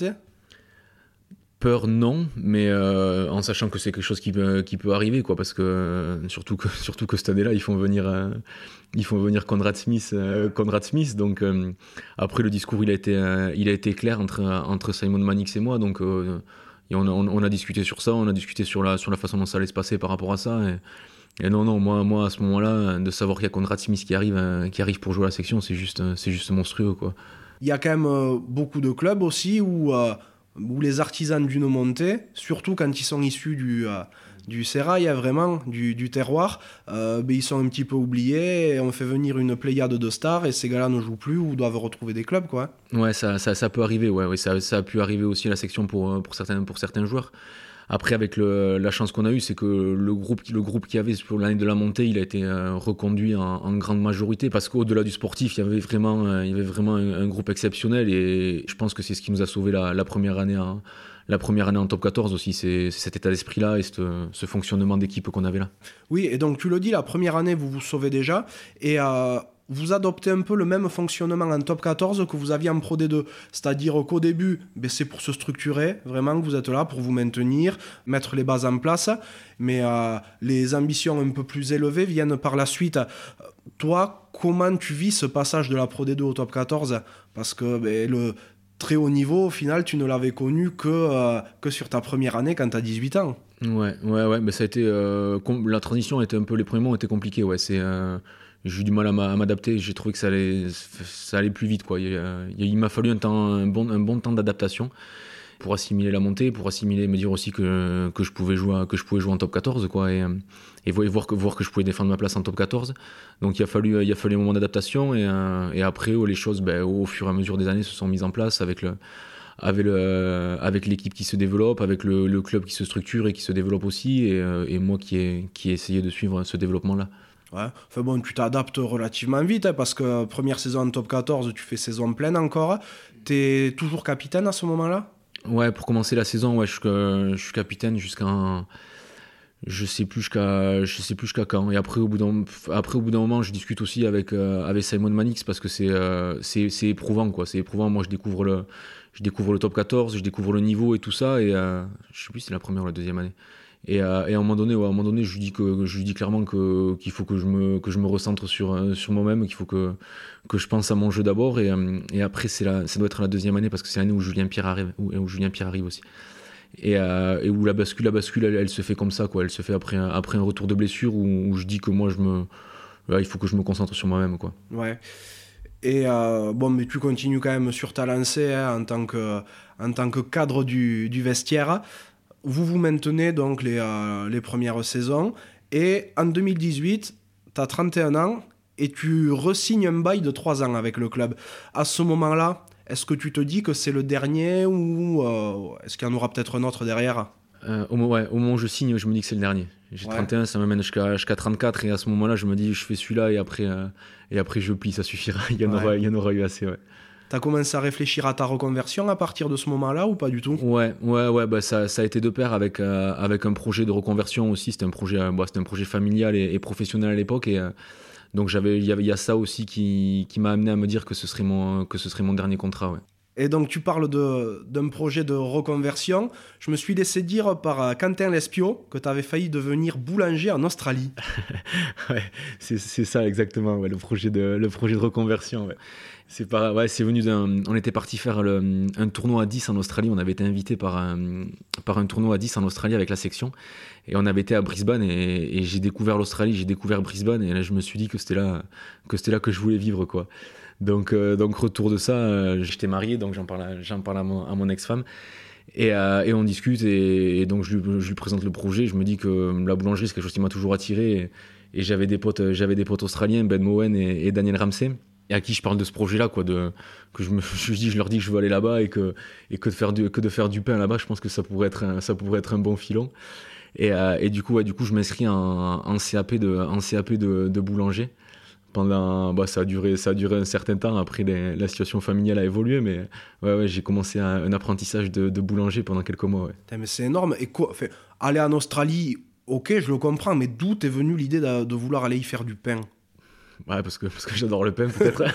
[SPEAKER 1] Peur, non, mais euh, en sachant que c'est quelque chose qui peut, qui peut arriver, quoi, parce que, euh, surtout que surtout que cette année-là, ils font venir, euh, ils font venir Conrad Smith, euh, Conrad Smith. Donc euh, après le discours, il a été, euh, il a été clair entre entre Simon Mannix et moi. Donc euh, et on, a, on, on a discuté sur ça, on a discuté sur la sur la façon dont ça allait se passer par rapport à ça. Et, et non, non, moi, moi à ce moment-là, de savoir qu'il y a Conrad Smith qui arrive, euh, qui arrive pour jouer à la section, c'est juste, c'est juste monstrueux, quoi.
[SPEAKER 2] il y a quand même euh, beaucoup de clubs aussi où, euh, où les artisans d'une montée, surtout quand ils sont issus du, euh, du sérail, hein, vraiment, du, du terroir, euh, ben, ils sont un petit peu oubliés, et on fait venir une pléiade de stars et ces gars-là ne jouent plus ou doivent retrouver des clubs, quoi.
[SPEAKER 1] Ouais, ça, ça, ça peut arriver, ouais, ouais ça, ça a pu arriver aussi à la section pour, pour, certains, pour certains joueurs. Après, avec le, la chance qu'on a eue, c'est que le groupe, le groupe qu'il y avait pour l'année de la montée, il a été euh, reconduit en, en grande majorité parce qu'au-delà du sportif, il y avait vraiment, euh, il y avait vraiment un, un groupe exceptionnel et je pense que c'est ce qui nous a sauvé la, la, première, année en, la première année en top quatorze aussi. C'est, c'est cet état d'esprit-là et ce, ce fonctionnement d'équipe qu'on avait là.
[SPEAKER 2] Oui, et donc tu le dis, la première année, vous vous sauvez déjà et... Euh... vous adoptez un peu le même fonctionnement en top quatorze que vous aviez en Pro D deux. C'est-à-dire qu'au début, ben c'est pour se structurer, vraiment, que vous êtes là pour vous maintenir, mettre les bases en place. Mais euh, les ambitions un peu plus élevées viennent par la suite. Toi, comment tu vis ce passage de la Pro D deux au top quatorze ? Parce que ben, le très haut niveau, au final, tu ne l'avais connu que, euh, que sur ta première année quand tu as dix-huit ans.
[SPEAKER 1] Ouais, ouais, ouais. Ben ça a été, euh, com- la transition a été un peu, les premiers mois ont été compliqués. Ouais, c'est... Euh... J'ai eu du mal à m'adapter, j'ai trouvé que ça allait, ça allait plus vite, quoi. Il, il, il m'a fallu un, temps, un, bon, un bon temps d'adaptation pour assimiler la montée, pour assimiler, me dire aussi que, que, je, pouvais jouer, que je pouvais jouer en top quatorze, quoi, et, et voir, que, voir que je pouvais défendre ma place en top quatorze. Donc il a fallu, il a fallu un moment d'adaptation, et, et après, les choses, ben, au fur et à mesure des années, se sont mises en place avec, le, avec, le, avec l'équipe qui se développe, avec le, le club qui se structure et qui se développe aussi, et, et moi qui ai, qui ai essayé de suivre ce développement-là.
[SPEAKER 2] Ouais. Enfin bon, tu t'adaptes relativement vite hein, parce que première saison en top quatorze, tu fais saison pleine encore. T'es toujours capitaine à ce moment-là ?
[SPEAKER 1] Ouais, pour commencer la saison, ouais, je, je suis capitaine jusqu'à je sais plus jusqu'à je sais plus jusqu'à quand. Et après au bout d'un après au bout d'un moment, je discute aussi avec euh, avec Simon Manix parce que c'est euh, c'est c'est éprouvant quoi. C'est éprouvant. Moi, je découvre le je découvre le top quatorze, je découvre le niveau et tout ça et euh, je sais plus si c'est la première ou la deuxième année. Et, euh, et à un moment donné, ouais, à un moment donné, je lui dis que je lui dis clairement que qu'il faut que je me que je me recentre sur sur moi-même, qu'il faut que que je pense à mon jeu d'abord et et après c'est la ça doit être la deuxième année parce que c'est l'année où Julien Pierre arrive où, où Julien Pierre arrive aussi. Et, euh, et où la bascule la bascule elle, elle se fait comme ça quoi, elle se fait après un, après un retour de blessure où, où je dis que moi je me là, il faut que je me concentre sur moi-même quoi.
[SPEAKER 2] Ouais. Et euh, bon, mais tu continues quand même sur ta lancée hein, en tant que en tant que cadre du du vestiaire. Vous vous maintenez donc les, euh, les premières saisons et en deux mille dix-huit, tu as trente et un ans et tu re-signes un bail de trois ans avec le club. À ce moment-là, est-ce que tu te dis que c'est le dernier ou euh, est-ce qu'il y en aura peut-être un autre derrière ?
[SPEAKER 1] euh, au, ouais, au moment où je signe, je me dis que c'est le dernier. J'ai ouais. trente et un, ça m'amène jusqu'à, jusqu'à trente-quatre et à ce moment-là, je me dis je fais celui-là et après, euh, et après je plie, ça suffira. Il y en, ouais. aura, il y en aura eu assez, ouais.
[SPEAKER 2] T'as commencé à réfléchir à ta reconversion à partir de ce moment-là ou pas du tout ?
[SPEAKER 1] Ouais, ouais, ouais, bah ça, ça a été de pair avec euh, avec un projet de reconversion aussi. C'était un projet, euh, bah, c'était un projet familial et, et professionnel à l'époque et euh, donc j'avais, il y avait, il y a ça aussi qui qui m'a amené à me dire que ce serait mon que ce serait mon dernier contrat, ouais.
[SPEAKER 2] Et donc tu parles de, d'un projet de reconversion. Je me suis laissé dire par Quentin Lespio que tu avais failli devenir boulanger en Australie.
[SPEAKER 1] Ouais, c'est, c'est ça exactement, ouais, le projet de le projet de reconversion. Ouais. C'est pas, ouais, c'est venu d'un. On était parti faire le, un tournoi à dix en Australie. On avait été invité par un par un tournoi à dix en Australie avec la section. Et on avait été à Brisbane et, et j'ai découvert l'Australie, j'ai découvert Brisbane et là je me suis dit que c'était là que c'était là que je voulais vivre quoi. Donc euh, donc retour de ça, euh, j'étais marié donc j'en parle à, j'en parle à mon, à mon ex-femme et euh, et on discute et, et donc je lui, je lui présente le projet. Je me dis que la boulangerie c'est quelque chose qui m'a toujours attiré et, et j'avais des potes j'avais des potes australiens, Ben Mowen et, et Daniel Ramsey. Et à qui je parle de ce projet-là, quoi, de que je me, je dis, je leur dis que je veux aller là-bas et que et que de faire du que de faire du pain là-bas, je pense que ça pourrait être un, ça pourrait être un bon filon. Et, euh, et du coup, ouais, du coup, je m'inscris en, en C A P de en C A P de, de boulanger. Pendant, bah, ça a duré, ça a duré un certain temps. Après, les, la situation familiale a évolué, mais ouais, ouais, j'ai commencé un, un apprentissage de, de boulanger pendant quelques mois. Ouais.
[SPEAKER 2] Putain, mais c'est énorme. Et quoi, fait, aller en Australie, ok, je le comprends, mais d'où t'es venue l'idée de, de vouloir aller y faire du pain ?
[SPEAKER 1] Ouais, parce que, parce que j'adore le pain, peut-être.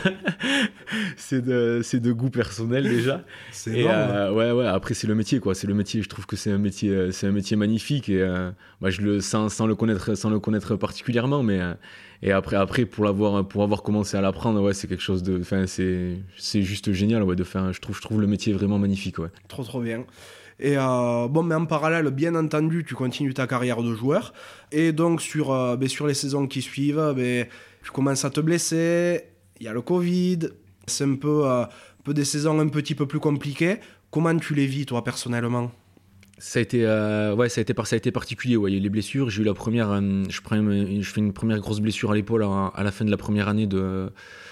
[SPEAKER 1] c'est, de, c'est de goût personnel, déjà.
[SPEAKER 2] C'est
[SPEAKER 1] et
[SPEAKER 2] énorme.
[SPEAKER 1] Euh, ouais, ouais, après, c'est le métier, quoi. C'est le métier. Je trouve que c'est un métier, c'est un métier magnifique. Et, euh, bah, je le, sans, sans, le connaître, sans le connaître particulièrement, mais... Euh, et après, après pour, l'avoir, pour avoir commencé à l'apprendre, ouais, c'est quelque chose de... Enfin, c'est, c'est juste génial, ouais, de faire... Je trouve, je trouve le métier vraiment magnifique, ouais.
[SPEAKER 2] Trop, trop bien. Et euh, bon, mais en parallèle, bien entendu, tu continues ta carrière de joueur. Et donc, sur, euh, ben, sur les saisons qui suivent, ben, tu commences à te blesser, il y a le Covid, c'est un peu, euh, un peu des saisons un petit peu plus compliquées. Comment tu les vis, toi, personnellement ?
[SPEAKER 1] Ça a été, euh, ouais, ça a été, ça a été particulier. Ouais. Il y a eu les blessures. J'ai eu la première, euh, je, prends une, je fais une première grosse blessure à l'épaule à, à la fin de la première année de,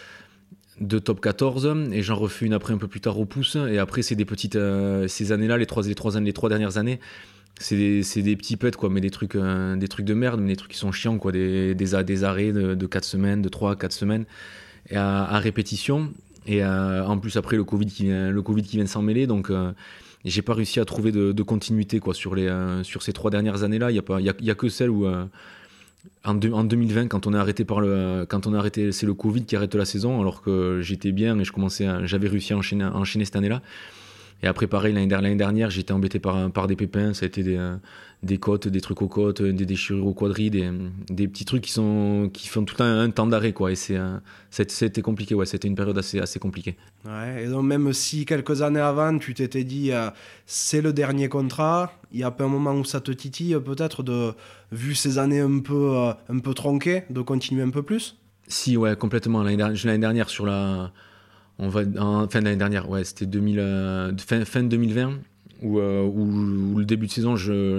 [SPEAKER 1] de top quatorze, et j'en refais une après un peu plus tard au pouce. Et après, c'est des petites, euh, ces années-là, les trois, les trois, les trois dernières années, c'est des, c'est des petits pets, quoi, mais des trucs, euh, des trucs de merde, mais des trucs qui sont chiants, quoi, des, des, des arrêts de, de quatre semaines, de trois à quatre semaines, et à, à répétition. Et euh, en plus, après, le Covid qui vient, le Covid qui vient de s'en mêler, donc. Euh, Et j'ai pas réussi à trouver de, de continuité quoi, sur, les, euh, sur ces trois dernières années-là. Il n'y a, y a, y a que celle où, euh, en, de, en deux mille vingt, quand on a arrêté, par le, quand on a arrêté, c'est le Covid qui arrête la saison, alors que j'étais bien et je commençais à, j'avais réussi à enchaîner, à enchaîner cette année-là. Et après, pareil, l'année, l'année dernière, j'étais embêté par, par des pépins. Ça a été des, euh, des côtes, des trucs aux côtes, des déchirures au quadri, des, des petits trucs qui, sont, qui font tout un, un temps d'arrêt, quoi. Et c'est, euh, c'était compliqué, ouais. C'était une période assez, assez compliquée.
[SPEAKER 2] Ouais, et donc, même si quelques années avant, tu t'étais dit euh, c'est le dernier contrat, il y a pas un moment où ça te titille, peut-être, de, vu ces années un peu, euh, un peu tronquées, de continuer un peu plus ?
[SPEAKER 1] Si, ouais, complètement. L'année dernière, l'année dernière sur la. On va, en fin d'année dernière, ouais, c'était deux mille, euh, fin, fin deux mille vingt, où, euh, où, où le début de saison,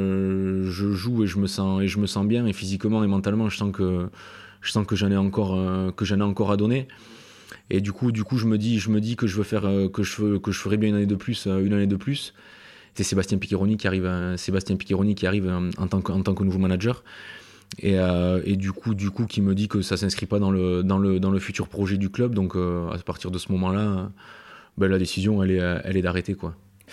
[SPEAKER 1] je, je joue et je, me sens, et je me sens bien, et physiquement et mentalement, je sens que, je sens que, j'en ai encore, euh, que j'en ai encore à donner. Et du coup, du coup je, me dis, je me dis que je veux faire, euh, que, je veux, que je ferais bien une année de plus. Euh, une année de plus. C'est Sébastien Piccheroni qui arrive, euh, Sébastien Piccheroni qui arrive euh, en, tant que, en tant que nouveau manager. Et, euh, et du coup, du coup, qui me dit que ça s'inscrit pas dans le, dans le, dans le futur projet du club. Donc, euh, à partir de ce moment-là, euh, ben, la décision, elle est, elle est d'arrêter, quoi.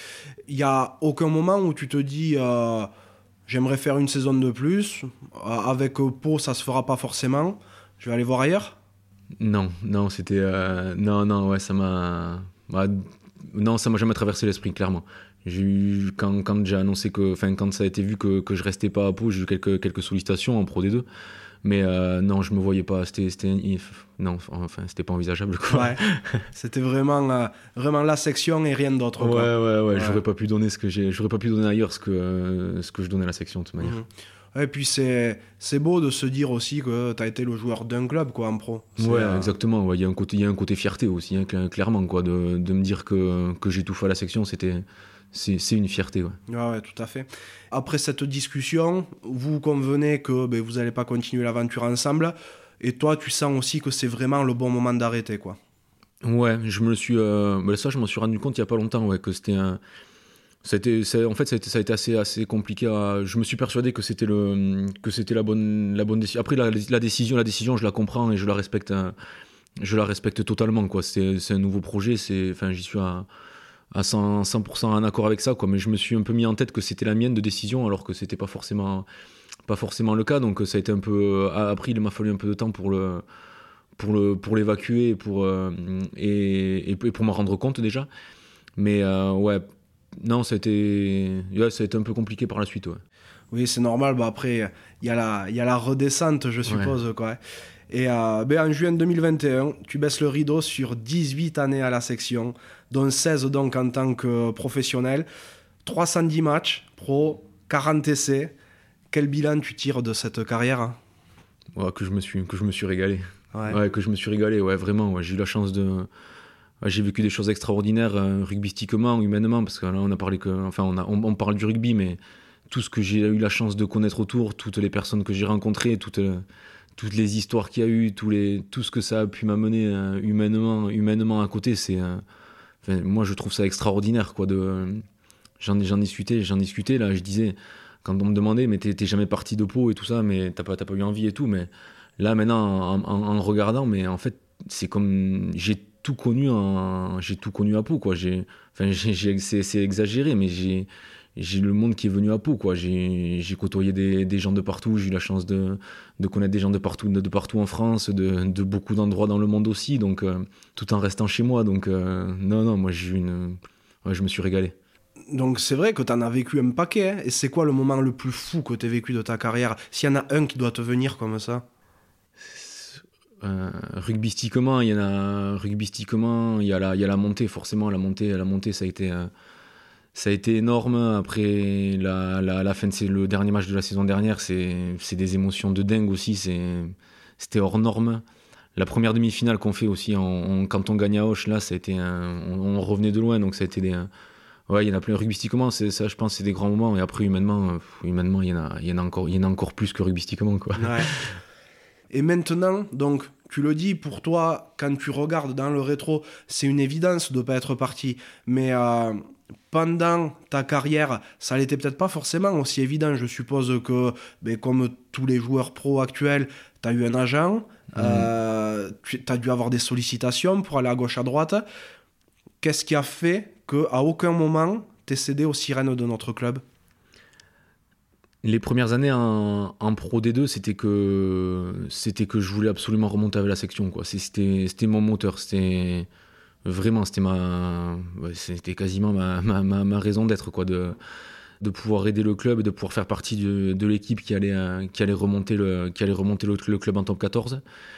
[SPEAKER 2] Il y a aucun moment où tu te dis, euh, j'aimerais faire une saison de plus. Euh, avec Pau, ça se fera pas forcément. Je vais aller voir ailleurs.
[SPEAKER 1] Non, non, c'était, euh, non, non, ouais, ça m'a, bah, non, ça m'a jamais traversé l'esprit, clairement. J'ai eu, quand, quand j'ai annoncé que, enfin, quand ça a été vu que, que je restais pas à Pau, j'ai eu quelques, quelques sollicitations en Pro D deux. Mais euh, non, je me voyais pas. C'était, c'était, non, enfin, c'était pas envisageable, quoi.
[SPEAKER 2] Ouais. C'était vraiment, euh, vraiment la section et rien d'autre,
[SPEAKER 1] ouais,
[SPEAKER 2] quoi.
[SPEAKER 1] Ouais, ouais, ouais.
[SPEAKER 2] Ouais.
[SPEAKER 1] J'aurais pas pu donner ce que j'ai, j'aurais pas pu donner ailleurs ce que, euh, ce que je donnais à la section, de toute manière.
[SPEAKER 2] Mmh. Et puis c'est, c'est beau de se dire aussi que tu as été le joueur d'un club, quoi, en pro. C'est,
[SPEAKER 1] ouais,
[SPEAKER 2] euh...
[SPEAKER 1] exactement. Il ouais, y a un côté, il y a un côté fierté aussi, hein, clairement, quoi, de, de me dire que, que j'ai tout fait à la section, c'était. C'est, c'est une fierté, ouais.
[SPEAKER 2] Ouais, ouais, tout à fait. Après cette discussion, vous convenez que ben, vous n'allez pas continuer l'aventure ensemble, et toi, tu sens aussi que c'est vraiment le bon moment d'arrêter, quoi.
[SPEAKER 1] Ouais, je me le suis, euh, ben ça, je m'en suis rendu compte il y a pas longtemps, ouais, que c'était un, ça a été, ça, en fait, ça a été, ça a été assez, assez compliqué. À, je me suis persuadé que c'était le, que c'était la bonne, la bonne décision. Après, la, la décision, la décision, je la comprends et je la respecte, je la respecte totalement, quoi. C'est, c'est un nouveau projet, c'est, enfin, j'y suis à. à cent pour cent en accord avec ça, quoi. Mais je me suis un peu mis en tête que c'était la mienne de décision, alors que c'était pas forcément, pas forcément le cas. Donc ça a été un peu. Après, il m'a fallu un peu de temps pour le, pour le, pour l'évacuer et pour euh, et, et pour m'en rendre compte déjà. Mais euh, ouais, non, ça a été, ouais, ça a été un peu compliqué par la suite, ouais.
[SPEAKER 2] Oui, c'est normal. Bah après, il y a la, il y a la redescente, je suppose, ouais. Quoi. Et euh, ben en juin deux mille vingt et un, tu baisses le rideau sur dix-huit années à la section, dont seize donc en tant que professionnel. trois cent dix matchs pro, quarante essais. Quel bilan tu tires de cette carrière ?
[SPEAKER 1] Ouais, que je me suis, que je me suis régalé.
[SPEAKER 2] Ouais.
[SPEAKER 1] Ouais, que je me suis régalé, ouais, vraiment. Ouais, j'ai eu la chance de... Ouais, j'ai vécu des choses extraordinaires, euh, rugbystiquement, humainement, parce que là, on a parlé que... Enfin, on, a, on, on parle du rugby, mais tout ce que j'ai eu la chance de connaître autour, toutes les personnes que j'ai rencontrées, toutes... toutes les histoires qu'il y a eu, tous les, tout ce que ça a pu m'amener euh, humainement, humainement à côté, c'est, euh, enfin, moi je trouve ça extraordinaire, quoi. De, euh, j'en, j'en discutais, j'en discutais là, je disais, quand on me demandait, mais t'es, t'es jamais parti de Pau et tout ça, mais t'as pas, t'as pas eu envie et tout, mais là maintenant, en, en, en regardant, mais en fait, c'est comme, j'ai tout connu, en, j'ai tout connu à Pau, quoi. J'ai, enfin, j'ai, j'ai, c'est, c'est exagéré, mais j'ai j'ai le monde qui est venu à Pau, quoi. J'ai, j'ai côtoyé des, des gens de partout, j'ai eu la chance de, de connaître des gens de partout, de, de partout en France, de, de beaucoup d'endroits dans le monde aussi, donc euh, tout en restant chez moi. Donc euh, non, non, moi j'ai eu une... ouais, je me suis régalé.
[SPEAKER 2] Donc c'est vrai que tu en as vécu un paquet, hein. Et c'est quoi le moment le plus fou que tu as vécu de ta carrière ? S'il y en a un qui doit te venir comme ça ?
[SPEAKER 1] Euh, rugbystiquement, il y en a rugbystiquement, il y a la, il y a la montée, forcément, la montée, la montée, ça a été... Euh, Ça a été énorme. Après la, la, la fin, c'est le dernier match de la saison dernière, c'est, c'est des émotions de dingue aussi. C'est, c'était hors norme. la première demi-finale qu'on fait aussi, en, en, quand on gagne à Auch, là, ça a été un, on, on revenait de loin, donc ça a été des... Ouais, il y en a plein. Rugbystiquement, c'est, ça, je pense, c'est des grands moments. Et après, humainement, humainement il, y en a, il, y en a encore, il y en a encore plus que rugbystiquement, quoi.
[SPEAKER 2] Ouais. Et maintenant, donc, tu le dis, pour toi, quand tu regardes dans le rétro, c'est une évidence de ne pas être parti. Mais euh, pendant ta carrière, ça n'était peut-être pas forcément aussi évident. Je suppose que, ben, comme tous les joueurs pro actuels, tu as eu un agent, mmh. euh, tu as dû avoir des sollicitations pour aller à gauche, à droite. Qu'est-ce qui a fait qu'à aucun moment, tu es cédé aux sirènes de notre club ?
[SPEAKER 1] Les premières années en, en Pro D deux, c'était que, c'était que je voulais absolument remonter avec la section, quoi. C'était, c'était mon moteur, c'était vraiment, c'était, ma, c'était quasiment ma, ma, ma, ma raison d'être, quoi, de, de pouvoir aider le club et de pouvoir faire partie de, de l'équipe qui allait, qui allait remonter, le, qui allait remonter le, le club en top quatorze.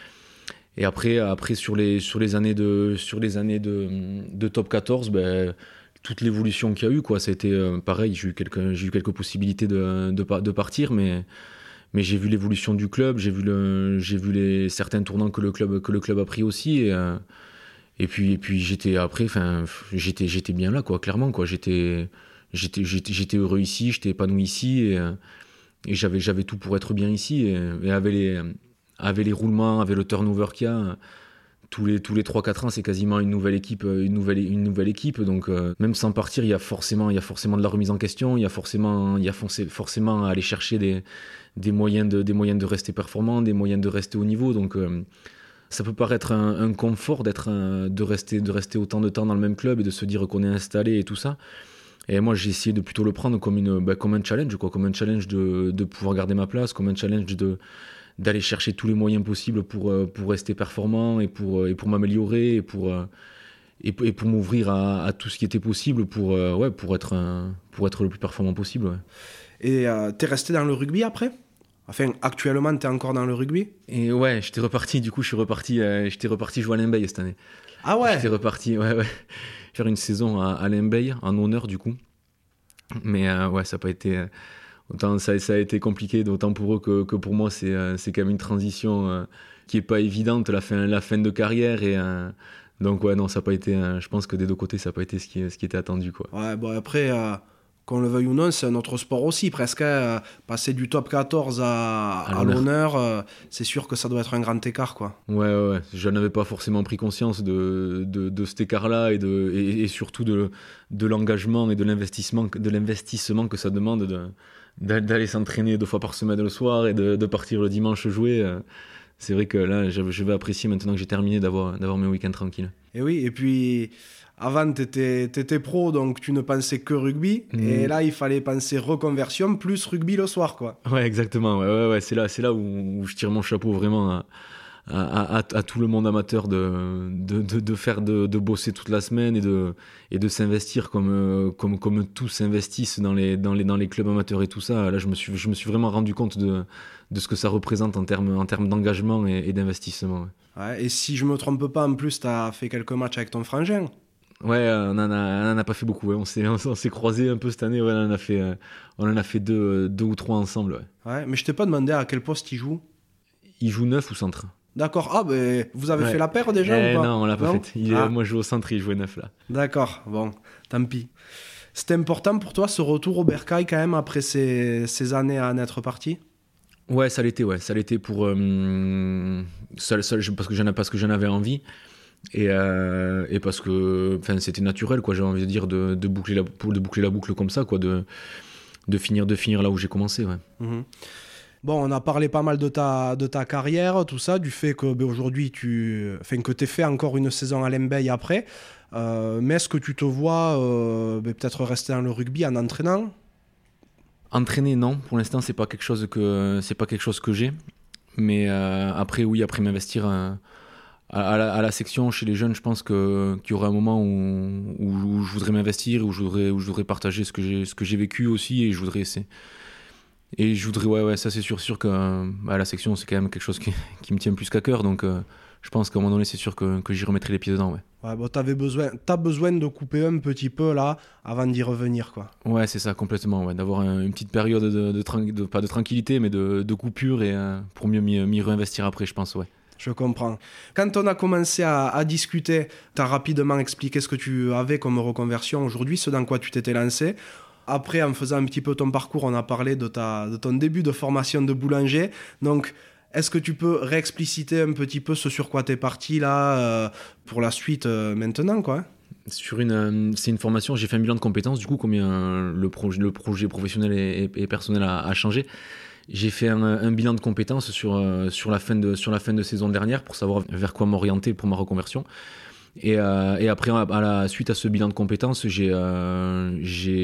[SPEAKER 1] Et après, après sur, les, sur les années de, sur les années de, de top quatorze, ben, toute l'évolution qu'il y a eu, quoi, ça a été euh, pareil. J'ai eu quelques, j'ai eu quelques possibilités de, de, de partir, mais, mais j'ai vu l'évolution du club, j'ai vu, le, j'ai vu les, certains tournants que le club, que le club a pris aussi. Et, euh, et puis, et puis j'étais après, j'étais, j'étais bien là, quoi, clairement. Quoi, j'étais, j'étais, j'étais, j'étais heureux ici, j'étais épanoui ici, et, et j'avais, j'avais tout pour être bien ici. Et, et avec, les, avec les roulements, avec le turnover qu'il y a, tous les tous les trois quatre ans, c'est quasiment une nouvelle équipe, une nouvelle une nouvelle équipe. Donc euh, même sans partir, il y a forcément il y a forcément de la remise en question, il y a forcément il y a forcément à aller chercher des des moyens de des moyens de rester performant, des moyens de rester au niveau. Donc euh, ça peut paraître un, un confort d'être un, de rester de rester autant de temps dans le même club et de se dire qu'on est installé et tout ça. Et moi, j'ai essayé de plutôt le prendre comme une bah, comme un challenge, quoi, comme un challenge de de pouvoir garder ma place, comme un challenge de d'aller chercher tous les moyens possibles pour, pour rester performant et pour, et pour m'améliorer et pour, et, et pour m'ouvrir à, à tout ce qui était possible pour, ouais, pour, être, un, pour être le plus performant possible. Ouais.
[SPEAKER 2] Et euh, t'es resté dans le rugby après ? Enfin, actuellement, t'es encore dans le rugby ?
[SPEAKER 1] Et ouais, j'étais reparti, du coup, je suis reparti, euh, j'étais reparti jouer à Limbeil cette année.
[SPEAKER 2] Ah ouais ?
[SPEAKER 1] J'étais reparti, ouais, ouais, faire une saison à, à Limbeil, en honneur, du coup. Mais euh, ouais, ça n'a pas été... Euh, Autant ça, ça a été compliqué, d'autant pour eux que, que pour moi, c'est, euh, c'est quand même une transition euh, qui n'est pas évidente, la fin, la fin de carrière. Et, euh, donc, ouais, non, ça n'a pas été. Euh, je pense que des deux côtés, ça n'a pas été ce qui, ce qui était attendu, quoi.
[SPEAKER 2] Ouais, bon, après, euh, qu'on le veuille ou non, c'est un autre sport aussi, presque. Hein, passer du top quatorze à, à, à l'honneur, l'honneur euh, c'est sûr que ça doit être un grand écart, quoi.
[SPEAKER 1] Ouais, ouais, ouais. Je n'avais pas forcément pris conscience de, de, de cet écart-là et, de, et, et surtout de, de l'engagement et de l'investissement, de l'investissement que ça demande de. D'aller s'entraîner deux fois par semaine le soir et de, de partir le dimanche jouer. C'est vrai que là, je, je vais apprécier maintenant que j'ai terminé d'avoir, d'avoir mes week-ends tranquilles.
[SPEAKER 2] Et oui, et puis avant, tu étais pro, donc tu ne pensais que rugby. Mmh. Et là, il fallait penser reconversion plus rugby le soir, quoi.
[SPEAKER 1] Ouais, exactement. Ouais, ouais, ouais. C'est là, c'est là où, où je tire mon chapeau vraiment à, à, à, à tout le monde amateur de, de, de, de faire de, de bosser toute la semaine et de, et de s'investir comme, comme, comme tous s'investissent dans les, dans, les, dans les clubs amateurs et tout ça. Là, je me suis, je me suis vraiment rendu compte de, de ce que ça représente en termes, en termes d'engagement et, et d'investissement. Ouais.
[SPEAKER 2] Ouais, et si je me trompe pas, en plus, tu as fait quelques matchs avec ton frangin.
[SPEAKER 1] Ouais, on en a, on en a pas fait beaucoup. Ouais. On s'est, on s'est croisés un peu cette année. Ouais, on en a fait, on en a fait deux, deux ou trois ensemble. Ouais.
[SPEAKER 2] Ouais, mais je t'ai pas demandé à quel poste il joue.
[SPEAKER 1] Il joue neuf ou centre.
[SPEAKER 2] D'accord. Ah, ben, vous avez
[SPEAKER 1] ouais.
[SPEAKER 2] fait la paire déjà
[SPEAKER 1] eh,
[SPEAKER 2] ou pas ?
[SPEAKER 1] Non, on l'a pas
[SPEAKER 2] non
[SPEAKER 1] fait. Il, ah. Moi, je joue au centre, il jouait neuf là.
[SPEAKER 2] D'accord. Bon, tant pis. C'était important pour toi ce retour au Bercail quand même après ces, ces années à en être parti ?
[SPEAKER 1] Ouais, ça l'était. Ouais, ça l'était pour euh, seul, seul, parce que j'en parce que j'en avais envie. Et, euh, et parce que c'était naturel, quoi, j'ai envie de dire, de, de, boucler la, de boucler la boucle comme ça, quoi, de, de, finir, de finir là où j'ai commencé. Ouais.
[SPEAKER 2] Mmh. Bon, on a parlé pas mal de ta, de ta carrière, tout ça, du fait que ben, aujourd'hui, tu enfin, que t'aies fait encore une saison à Limbeil après. Euh, mais est-ce que tu te vois euh, ben, peut-être rester dans le rugby en entraînant ?
[SPEAKER 1] Entraîner, non. Pour l'instant, c'est pas quelque chose que, c'est pas quelque chose que j'ai. Mais euh, après, oui, après m'investir... Euh, À la, à la section, chez les jeunes, je pense que, qu'il y aura un moment où, où, où je voudrais m'investir, où je voudrais, où je voudrais partager ce que j'ai, ce que j'ai vécu aussi, et je voudrais essayer. Et je voudrais, ouais, ouais, ça c'est sûr, sûr que bah, la section, c'est quand même quelque chose qui, qui me tient plus qu'à cœur, donc euh, je pense qu'à un moment donné, c'est sûr que, que j'y remettrai les pieds dedans, ouais.
[SPEAKER 2] Ouais, bon, t'avais besoin, t'as besoin de couper un petit peu là, avant d'y revenir, quoi.
[SPEAKER 1] Ouais, c'est ça, complètement, ouais, d'avoir un, une petite période de, de, de, de, pas de tranquillité, mais de, de coupure, et euh, pour mieux m'y, m'y réinvestir après, je pense, ouais.
[SPEAKER 2] Je comprends. Quand on a commencé à, à discuter, tu as rapidement expliqué ce que tu avais comme reconversion aujourd'hui, ce dans quoi tu t'étais lancé. Après, en faisant un petit peu ton parcours, on a parlé de, ta, de ton début de formation de boulanger. Donc, est-ce que tu peux réexpliciter un petit peu ce sur quoi tu es parti là, euh, pour la suite euh, maintenant, quoi?
[SPEAKER 1] Sur une, euh, c'est une formation, j'ai fait un bilan de compétences, du coup, combien euh, le, projet, le projet professionnel et, et, et personnel a, a changé. J'ai fait un, un bilan de compétences sur, euh, sur, la fin de, sur la fin de saison dernière pour savoir vers quoi m'orienter pour ma reconversion. Et, euh, et après, à la suite à ce bilan de compétences, j'ai, euh,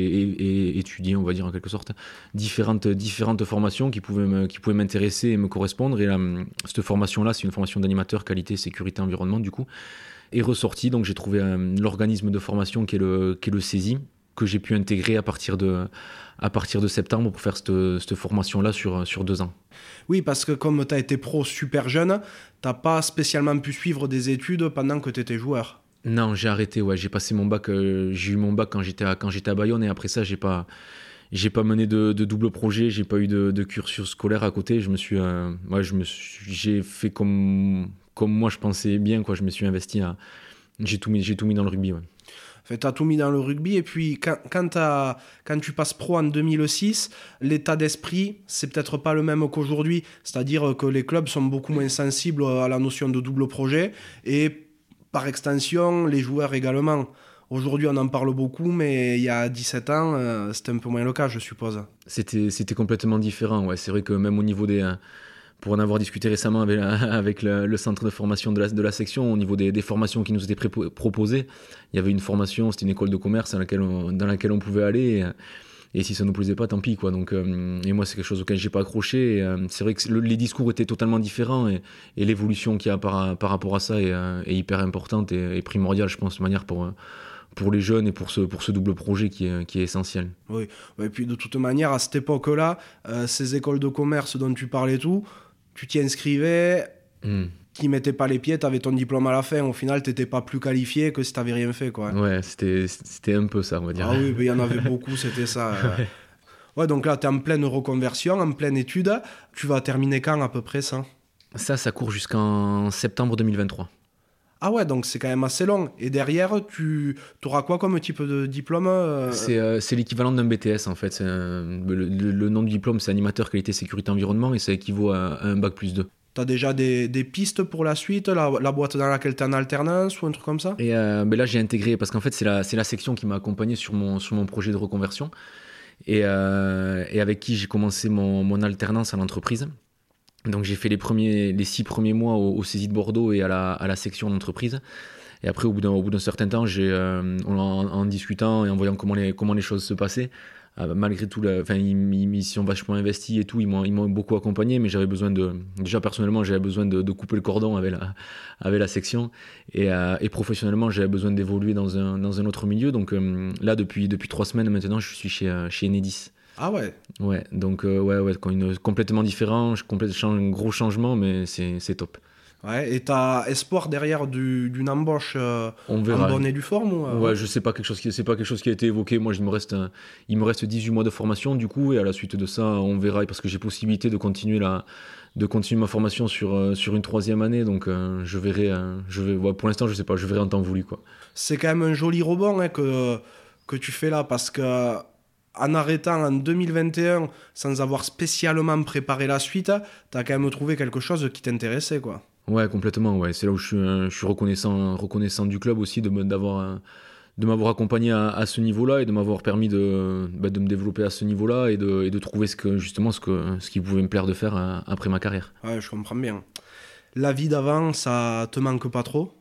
[SPEAKER 1] j'ai étudié, on va dire en quelque sorte, différentes, différentes formations qui pouvaient, me, qui pouvaient m'intéresser et me correspondre. Et là, cette formation-là, c'est une formation d'animateur qualité, sécurité, environnement, du coup, est ressortie. Donc j'ai trouvé euh, l'organisme de formation qui est le, qui est le C E S I, que j'ai pu intégrer à partir de, à partir de septembre pour faire cette, cette formation-là sur, sur deux ans.
[SPEAKER 2] Oui, parce que comme tu as été pro super jeune, tu n'as pas spécialement pu suivre des études pendant que tu étais joueur.
[SPEAKER 1] Non, j'ai arrêté, ouais. J'ai passé mon bac, euh, j'ai eu mon bac quand j'étais à, quand j'étais à Bayonne, et après ça, j'ai pas, j'ai pas mené de, de double projet, j'ai pas eu de, de cursus scolaire à côté. Je me suis, euh, ouais, je me suis, j'ai fait comme, comme moi je pensais bien, quoi. Je me suis investi à, j'ai tout mis, j'ai tout mis dans le rugby, ouais.
[SPEAKER 2] Enfin, tu as tout mis dans le rugby, et puis quand, quand, t'as, quand tu passes pro en deux mille six, l'état d'esprit, c'est peut-être pas le même qu'aujourd'hui. C'est-à-dire que les clubs sont beaucoup moins sensibles à la notion de double projet, et par extension, les joueurs également. Aujourd'hui, on en parle beaucoup, mais il y a dix-sept ans, euh, c'était un peu moins le cas, je suppose.
[SPEAKER 1] C'était, c'était complètement différent, ouais. C'est vrai que même au niveau des... Euh, pour en avoir discuté récemment avec, avec le, le centre de formation de la, de la section, au niveau des, des formations qui nous étaient pré- proposées, il y avait une formation, c'était une école de commerce dans laquelle on, dans laquelle on pouvait aller, et, et si ça ne nous plaisait pas, tant pis, quoi. Donc, euh, et moi, c'est quelque chose auquel je n'ai pas accroché. Et, euh, c'est vrai que le, les discours étaient totalement différents, et, et l'évolution qu'il y a par, par rapport à ça est, euh, est hyper importante et, et primordiale, je pense, de manière pour... pour les jeunes et pour ce, pour ce double projet qui est, qui est essentiel.
[SPEAKER 2] Oui, et puis de toute manière, à cette époque-là, euh, ces écoles de commerce dont tu parlais tout, tu t'y inscrivais, mmh. qui mettaient pas les pieds, tu avais ton diplôme à la fin, au final, tu n'étais pas plus qualifié que si tu n'avais rien fait, quoi.
[SPEAKER 1] Ouais, c'était, c'était un peu ça, on va dire.
[SPEAKER 2] Ah oui, il y en avait beaucoup, c'était ça. Ouais. Ouais, donc là, tu es en pleine reconversion, en pleine étude. Tu vas terminer quand, à peu près, ça?
[SPEAKER 1] Ça, ça court jusqu'en septembre deux mille vingt-trois.
[SPEAKER 2] Ah ouais, donc c'est quand même assez long. Et derrière, tu auras quoi comme type de diplôme? euh...
[SPEAKER 1] c'est, euh, c'est l'équivalent d'un B T S, en fait. C'est un, le, le, le nom du diplôme, c'est animateur qualité sécurité environnement, et ça équivaut à, à un bac plus deux.
[SPEAKER 2] T'as déjà des, des pistes pour la suite, la, la boîte dans laquelle t'es en alternance ou un truc comme ça?
[SPEAKER 1] Et euh, ben là, j'ai intégré, parce qu'en fait, c'est la, c'est la section qui m'a accompagné sur mon, sur mon projet de reconversion, et, euh, et avec qui j'ai commencé mon, mon alternance à l'entreprise. Donc j'ai fait les, premiers, les six premiers mois au, au C E S I de Bordeaux et à la, à la section d'entreprise. Et après, au bout d'un, au bout d'un certain temps, j'ai, euh, en, en discutant et en voyant comment les, comment les choses se passaient, euh, malgré tout, la, enfin, ils, ils, ils sont vachement investis et tout, ils m'ont, ils m'ont beaucoup accompagné, mais j'avais besoin de, déjà personnellement, j'avais besoin de, de couper le cordon avec la, avec la section, et, euh, et professionnellement, j'avais besoin d'évoluer dans un, dans un autre milieu. Donc euh, là, depuis, depuis trois semaines maintenant, je suis chez, chez Enedis.
[SPEAKER 2] Ah ouais.
[SPEAKER 1] Ouais, donc euh, ouais, ouais, une, complètement différent, complètement, un gros changement, mais c'est, c'est top.
[SPEAKER 2] Ouais, et t'as espoir derrière du, d'une embauche euh,
[SPEAKER 1] on verra.
[SPEAKER 2] En bonne et due forme ou, euh,
[SPEAKER 1] ouais, je sais pas, quelque chose qui, c'est pas quelque chose qui a été évoqué. Moi, il me reste, un, il me reste dix-huit mois de formation, du coup, et à la suite de ça, on verra, parce que j'ai possibilité de continuer la, de continuer ma formation sur, euh, sur une troisième année, donc euh, je verrai, euh, je vais, ouais, pour l'instant, je sais pas, je verrai en temps voulu, quoi.
[SPEAKER 2] C'est quand même un joli rebond hein, que, que tu fais là, parce que en arrêtant en deux mille vingt et un sans avoir spécialement préparé la suite, t'as quand même trouvé quelque chose qui t'intéressait, quoi.
[SPEAKER 1] Ouais, complètement, ouais. C'est là où je suis, euh, je suis reconnaissant, reconnaissant du club aussi de, me, d'avoir, euh, de m'avoir accompagné à, à ce niveau-là et de m'avoir permis de, bah, de me développer à ce niveau-là et de, et de trouver ce que, justement ce, que, ce qui pouvait me plaire de faire euh, après ma carrière.
[SPEAKER 2] Ouais, je comprends bien. La vie d'avant, ça te manque pas trop?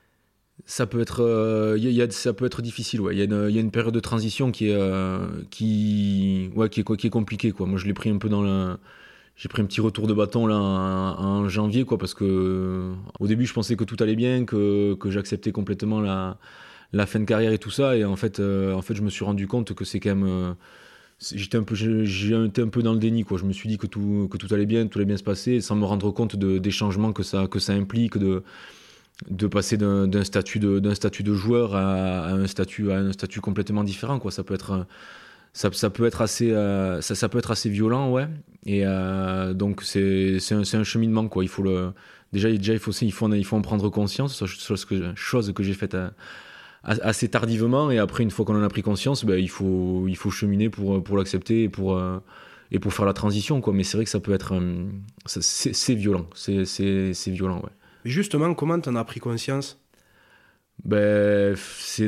[SPEAKER 1] Ça peut être, euh, y a, y a, ça peut être difficile, ouais. Il y a une, y a une période de transition qui est, euh, qui, ouais, qui est, qui est compliquée, quoi. Moi, je l'ai pris un peu dans le... J'ai pris un petit retour de bâton là en, en janvier, quoi, parce que euh, au début, je pensais que tout allait bien, que, que j'acceptais complètement la, la fin de carrière et tout ça. Et en fait, euh, en fait, je me suis rendu compte que c'est quand même... Euh, j'étais un peu, j'ai, j'ai été un peu dans le déni, quoi. Je me suis dit que tout, que tout allait bien, tout allait bien se passer, sans me rendre compte de, des changements que ça, que ça implique, de... de passer d'un, d'un, statut de, d'un statut de joueur à, à, un, statut, à un statut complètement différent, quoi. Ça peut être, ça, ça peut être, assez, euh, ça, ça peut être assez violent, ouais. Et euh, donc, c'est, c'est, un, c'est un cheminement, quoi. Il faut le, déjà, déjà il, faut, il, faut en, il faut en prendre conscience, chose que, chose que j'ai faite à, à, assez tardivement. Et après, une fois qu'on en a pris conscience, ben, il, faut, il faut cheminer pour, pour l'accepter et pour, euh, et pour faire la transition, quoi. Mais c'est vrai que ça peut être... Euh, c'est, c'est violent, c'est, c'est, c'est violent, ouais.
[SPEAKER 2] Mais justement, comment t'en as pris conscience ?
[SPEAKER 1] Ben, c'est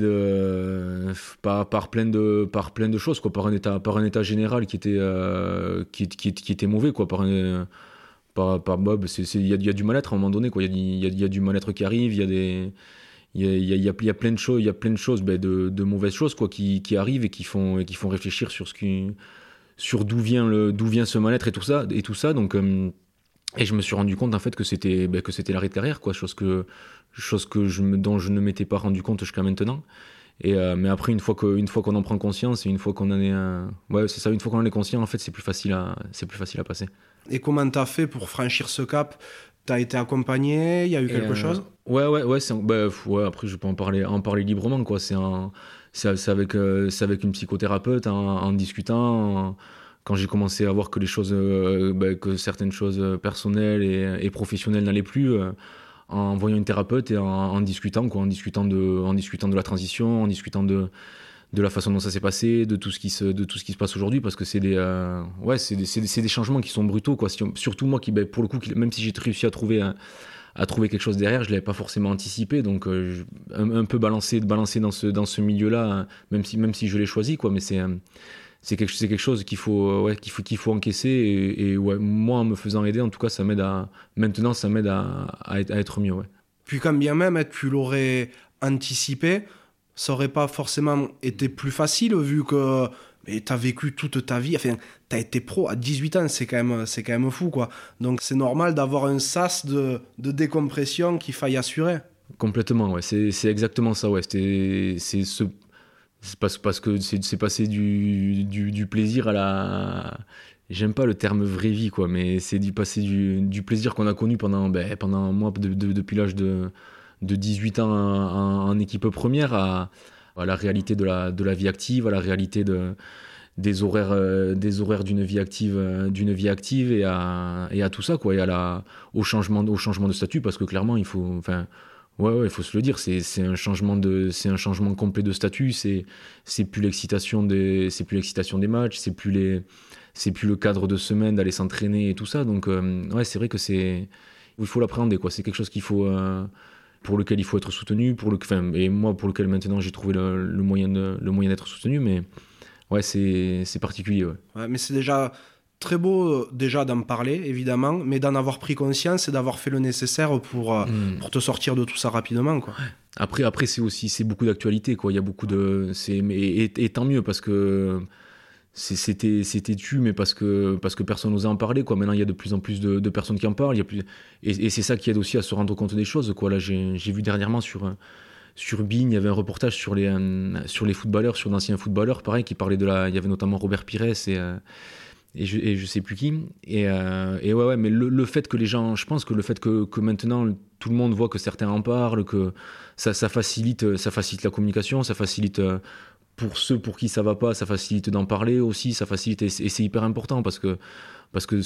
[SPEAKER 1] de, par, par, plein de, par plein de choses, quoi. Par un état, par un état général qui était, euh, qui, qui, qui était mauvais, quoi. Par un, par, par Bob, il y a, y a du mal-être à un moment donné, quoi. Il y a, y, a, y a du mal-être qui arrive, il y a des... Il y a, y, a, y, a, y a plein de choses, il y a plein de choses, ben de, de mauvaises choses, quoi, qui, qui arrivent et qui font, et qui font réfléchir sur ce qui, sur d'où vient le, d'où vient ce mal-être et tout ça, et tout ça. Donc, euh, et je me suis rendu compte en fait que c'était, ben, que c'était l'arrêt de carrière, quoi, chose que, chose que je me, dont je ne m'étais pas rendu compte jusqu'à maintenant. Et euh, mais après, une fois que, une fois qu'on en prend conscience et une fois qu'on en est, euh, ouais, c'est ça, une fois qu'on en est conscient, en fait, c'est plus facile à, c'est plus facile à passer.
[SPEAKER 2] Et comment t'as fait pour franchir ce cap ? T'as été accompagné ? Il y a eu quelque euh, chose ?
[SPEAKER 1] Ouais, ouais, ouais. C'est, bah, ouais. Après, je peux en parler, en parler librement, quoi. C'est un, c'est, c'est avec, euh, c'est avec une psychothérapeute, en, en discutant. En, quand j'ai commencé à voir que les choses, euh, bah, que certaines choses personnelles et, et professionnelles n'allaient plus, euh, en voyant une thérapeute et en, en discutant, quoi, en discutant de, en discutant de la transition, en discutant de, de la façon dont ça s'est passé, de tout ce qui se, de tout ce qui se passe aujourd'hui, parce que c'est des, euh, ouais, c'est des, c'est des, c'est des changements qui sont brutaux, quoi. Surtout moi qui, bah, pour le coup, même si j'ai réussi à trouver, à, à trouver quelque chose derrière, je l'avais pas forcément anticipé, donc euh, je, un, un peu balancé, balancé dans ce, dans ce milieu-là, hein, même si, même si je l'ai choisi, quoi. Mais c'est euh, C'est quelque, c'est quelque chose qu'il faut, ouais, qu'il faut, qu'il faut encaisser. Et, et ouais, moi, en me faisant aider, en tout cas, ça m'aide à, maintenant, ça m'aide à, à, être, à être mieux. Ouais.
[SPEAKER 2] Puis quand bien même, tu l'aurais anticipé, ça aurait pas forcément été plus facile vu que tu as vécu toute ta vie. Enfin, tu as été pro à dix-huit ans, c'est quand même, c'est quand même fou, quoi. Donc, c'est normal d'avoir un sas de, de décompression qu'il faille assurer.
[SPEAKER 1] Complètement, ouais. C'est, c'est exactement ça, ouais. C'était, c'est ce... C'est parce, parce que c'est, c'est passé du, du, du plaisir à la... J'aime pas le terme vraie vie, quoi, mais c'est du passer du, du plaisir qu'on a connu pendant, ben, pendant moi, de, de, depuis l'âge de, de dix-huit ans en, en équipe première, à, à la réalité de la, de la vie active, à la réalité de, des, horaires, euh, des horaires d'une vie active, euh, d'une vie active et, à, et à tout ça, quoi, et à la, au, changement, au changement de statut, parce que clairement, il faut... Enfin, Ouais, ouais, il faut se le dire, c'est, c'est, un changement de, c'est un changement complet de statut, c'est, c'est, plus, l'excitation des, c'est plus l'excitation des matchs, c'est plus, les, c'est plus le cadre de semaine d'aller s'entraîner et tout ça. Donc, euh, ouais, c'est vrai que c'est. Il faut l'appréhender, quoi. C'est quelque chose qu'il faut, euh, pour lequel il faut être soutenu, pour le, enfin, et moi, pour lequel maintenant j'ai trouvé le, le, moyen, de, le moyen d'être soutenu, mais ouais, c'est, c'est particulier. Ouais.
[SPEAKER 2] Ouais, mais c'est déjà. Très beau déjà d'en parler, évidemment, mais d'en avoir pris conscience et d'avoir fait le nécessaire pour, mmh. pour te sortir de tout ça rapidement, quoi.
[SPEAKER 1] Après, après c'est aussi c'est beaucoup d'actualité, quoi. Il y a beaucoup de... C'est, mais, et, et tant mieux, parce que c'est, c'était, c'était tu, mais parce que, parce que personne n'osait en parler, quoi. Maintenant, il y a de plus en plus de, de personnes qui en parlent. Il y a plus, et, et c'est ça qui aide aussi à se rendre compte des choses, quoi. Là, j'ai, j'ai vu dernièrement sur... Sur Bein, il y avait un reportage sur les, euh, sur les footballeurs, sur d'anciens footballeurs, pareil, qui parlait de la... Il y avait notamment Robert Pires et... Euh, Et je, et je sais plus qui. Et, euh, et ouais, ouais, mais le, le fait que les gens, je pense que le fait que, que maintenant tout le monde voit que certains en parlent, que ça, ça, facilite, ça facilite la communication, ça facilite pour ceux pour qui ça va pas, ça facilite d'en parler aussi, ça facilite, et c'est, et c'est hyper important parce que, parce que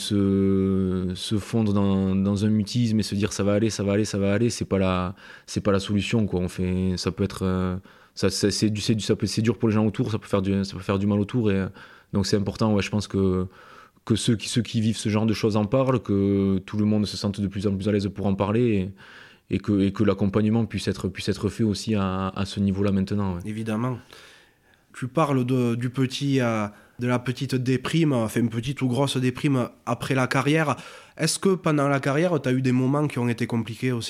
[SPEAKER 1] se, se fondre dans, dans un mutisme et se dire ça va aller, ça va aller, ça va aller, c'est pas la, c'est pas la solution, quoi. On fait, ça peut être, ça, ça, c'est, du, c'est, du, ça peut, c'est dur pour les gens autour, ça peut faire du, ça peut faire du mal autour et donc c'est important, ouais, je pense que, que ceux, qui, ceux qui vivent ce genre de choses en parlent, que tout le monde se sente de plus en plus à l'aise pour en parler et, et, que, et que l'accompagnement puisse être, puisse être fait aussi à, à ce niveau-là maintenant. Ouais.
[SPEAKER 2] Évidemment. Tu parles de, du petit, euh, de la petite déprime, enfin une petite ou grosse déprime après la carrière. Est-ce que pendant la carrière, tu as eu des moments qui ont été compliqués aussi ?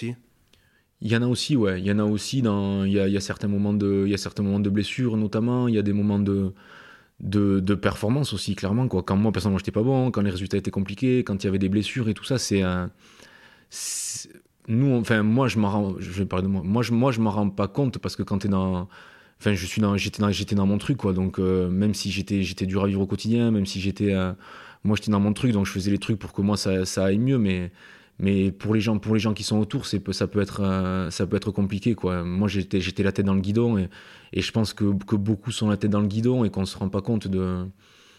[SPEAKER 1] Il y en a aussi, ouais. Il y en a aussi dans, il y a, il y a certains moments de, il y a certains moments de blessures notamment. Il y a des moments de De, de performance aussi, clairement, quoi. Quand moi personnellement j'étais pas bon, quand les résultats étaient compliqués, quand il y avait des blessures et tout ça, c'est, euh, c'est... nous enfin moi je m'en rends je vais parler de moi moi je moi je m'en rends pas compte parce que quand t'es dans enfin je suis dans j'étais dans j'étais dans mon truc, quoi. Donc euh, même si j'étais j'étais dur à vivre au quotidien, même si j'étais euh, moi j'étais dans mon truc, donc je faisais les trucs pour que moi ça ça aille mieux, mais mais pour les gens pour les gens qui sont autour, c'est ça peut être euh, ça peut être compliqué, quoi. Moi j'étais j'étais la tête dans le guidon et et je pense que que beaucoup sont la tête dans le guidon et qu'on se rend pas compte de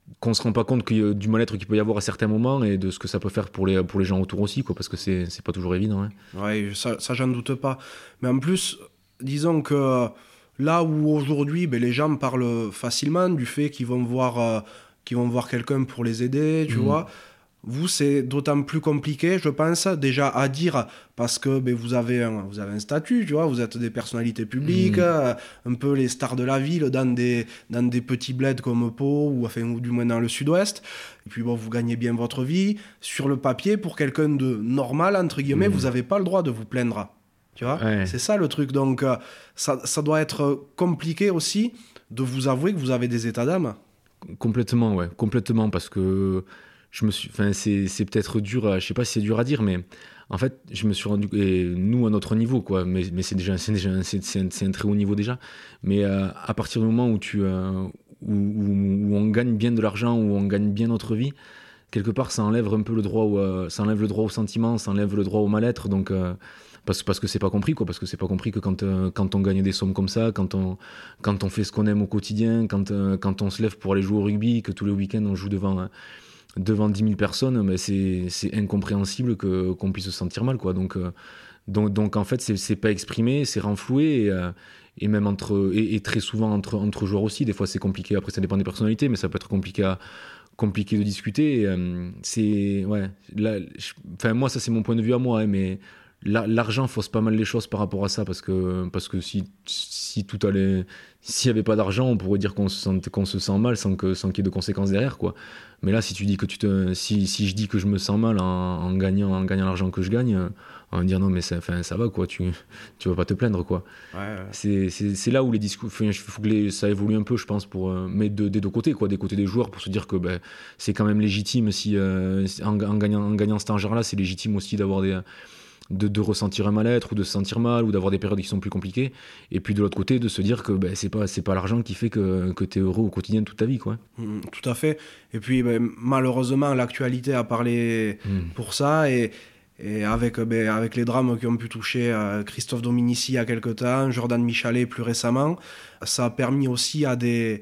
[SPEAKER 1] qu'on se rend pas compte que, du mal-être qu'il peut y avoir à certains moments et de ce que ça peut faire pour les, pour les gens autour aussi, quoi, parce que c'est, c'est pas toujours évident. Hein.
[SPEAKER 2] Ouais, ça, ça j'en doute pas. Mais en plus, disons que là où aujourd'hui, ben, les gens parlent facilement du fait qu'ils vont voir, euh, qu'ils vont voir quelqu'un pour les aider, tu mmh. vois. Vous, c'est d'autant plus compliqué, je pense, déjà à dire, parce que ben, vous, avez un, vous avez un statut, tu vois, vous êtes des personnalités publiques, mmh. euh, un peu les stars de la ville, dans des, dans des petits bleds comme Pau, ou, enfin, ou du moins dans le sud-ouest. Et puis, bon, vous gagnez bien votre vie. Sur le papier, pour quelqu'un de normal, entre guillemets, mmh. vous n'avez pas le droit de vous plaindre. Tu vois, ouais. C'est ça le truc. Donc, euh, ça, ça doit être compliqué aussi de vous avouer que vous avez des états d'âme.
[SPEAKER 1] Complètement, ouais, complètement, parce que je me suis, enfin, c'est, c'est peut-être dur, à, je sais pas si c'est dur à dire, mais en fait, je me suis rendu, et nous à notre niveau, quoi, mais, mais c'est déjà, c'est déjà, c'est, c'est, un, c'est un très haut niveau déjà, mais euh, à partir du moment où tu, euh, où, où, où on gagne bien de l'argent, où on gagne bien notre vie, quelque part, ça enlève un peu le droit, au, euh, ça enlève le droit au sentiment, ça enlève le droit au mal-être, donc. Euh, Parce, parce que c'est pas compris, quoi, parce que c'est pas compris que quand, euh, quand on gagne des sommes comme ça, quand on, quand on fait ce qu'on aime au quotidien, quand, euh, quand on se lève pour aller jouer au rugby, que tous les week-ends on joue devant, euh, devant dix mille personnes, mais c'est, c'est incompréhensible que, qu'on puisse se sentir mal, quoi. Donc, euh, donc, donc en fait, c'est, c'est pas exprimé, c'est renfloué, et, euh, et même entre, et, et très souvent entre, entre joueurs aussi. Des fois c'est compliqué, après ça dépend des personnalités, mais ça peut être compliqué à. compliqué de discuter. Et, euh, c'est, ouais, là, je, enfin, moi, ça c'est mon point de vue à moi, hein, mais. L'argent fausse pas mal les choses par rapport à ça, parce que, parce que si, si tout allait, s'il n'y avait pas d'argent, on pourrait dire qu'on se sent, qu'on se sent mal sans, que, sans qu'il y ait de conséquences derrière, quoi. Mais là, si tu dis que tu te, si, si je dis que je me sens mal en, en gagnant, en gagnant l'argent que je gagne, on va dire non mais ça, enfin, ça va, quoi, tu, tu vas pas te plaindre, quoi. Ouais, ouais. C'est, c'est, c'est là où les discours, il faut que les, ça évolue un peu, je pense, pour, mais de, des deux côtés, quoi, des côtés des joueurs, pour se dire que ben, c'est quand même légitime si, euh, en, en, gagnant, en gagnant cet argent-là, c'est légitime aussi d'avoir des De, de ressentir un mal-être ou de se sentir mal ou d'avoir des périodes qui sont plus compliquées, et puis de l'autre côté de se dire que ben, c'est pas, c'est pas l'argent qui fait que, que tu es heureux au quotidien toute ta vie, quoi.
[SPEAKER 2] Mmh, tout à fait. Et puis ben, malheureusement l'actualité a parlé mmh. pour ça, et, et avec, ben, avec les drames qui ont pu toucher euh, Christophe Dominici il y a quelque temps, Jordan Michalet plus récemment, ça a permis aussi à des,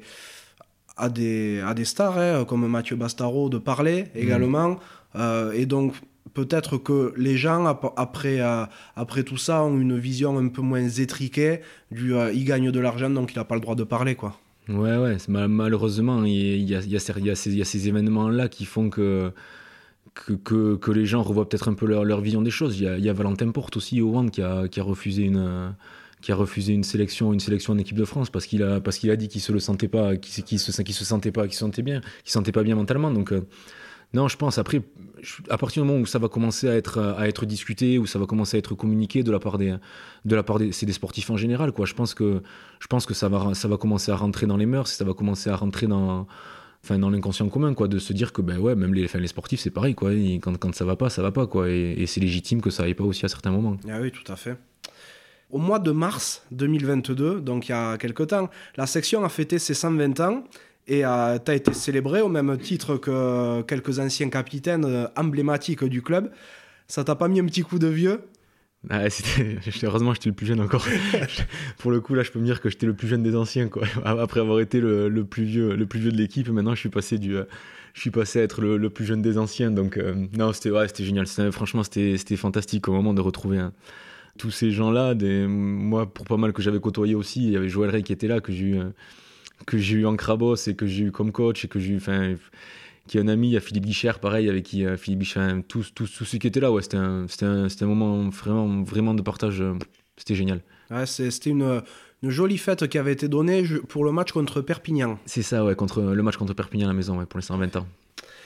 [SPEAKER 2] à des, à des stars hein, comme Mathieu Bastaro de parler également, mmh. euh, et donc peut-être que les gens, après, euh, après tout ça, ont une vision un peu moins étriquée du euh, il gagne de l'argent, donc il n'a pas le droit de parler, quoi.
[SPEAKER 1] Ouais, ouais, c'est mal, malheureusement, il y a, il y, a, il y, a, il y, a ces, il y a ces événements-là qui font que, que, que, que les gens revoient peut-être un peu leur, leur vision des choses. Il y a, il y a Valentin Porte aussi, au Hand, qui a, qui a refusé une... qui a refusé une sélection, une sélection en équipe de France parce qu'il a, parce qu'il a dit qu'il se le sentait pas, qu'il, qu'il se, qu'il se sentait pas, qu'il se sentait bien, qu'il se sentait pas bien mentalement. Donc, euh, non, je pense, après, à partir du moment où ça va commencer à être, à être discuté, où ça va commencer à être communiqué de la part des, de la part des, c'est des sportifs en général, quoi. Je pense que, je pense que ça va, ça va commencer à rentrer dans les mœurs, ça va commencer à rentrer dans, enfin, dans l'inconscient commun, quoi, de se dire que, ben ouais, même les, enfin, les sportifs, c'est pareil, quoi. Et quand, quand ça va pas, ça va pas, quoi. Et, et c'est légitime que ça aille pas aussi à certains moments.
[SPEAKER 2] Ah oui, tout à fait. Au mois de mars deux mille vingt-deux, donc il y a quelques temps, la section a fêté ses cent vingt ans. Et euh, tu as été célébré au même titre que quelques anciens capitaines euh, emblématiques du club. Ça t'a pas mis un petit coup de vieux ?
[SPEAKER 1] Ah, c'était... Heureusement, j'étais le plus jeune encore. Pour le coup, là, je peux me dire que j'étais le plus jeune des anciens, quoi. Après avoir été le, le, plus vieux, le plus vieux de l'équipe, maintenant, je suis passé, du, euh, je suis passé à être le, le plus jeune des anciens. Donc, euh, non, c'était, ouais, c'était génial. C'était, franchement, c'était, c'était fantastique au moment de retrouver hein, tous ces gens-là. Des... Moi, pour pas mal que j'avais côtoyé aussi, il y avait Joël Rey qui était là, que j'ai eu... Euh... que j'ai eu en Crabos et que j'ai eu comme coach et que j'ai eu, enfin, qui est un ami, il y a Philippe Guichard, pareil, avec qui euh, Philippe Guichard, tous, tous, tous ceux qui étaient là, ouais, c'était un, c'était un, c'était un moment vraiment, vraiment de partage, euh, c'était génial.
[SPEAKER 2] Ouais, c'est, c'était une, une jolie fête qui avait été donnée pour le match contre Perpignan.
[SPEAKER 1] C'est ça, ouais, contre, le match contre Perpignan à la maison, ouais, pour les cent vingt ans.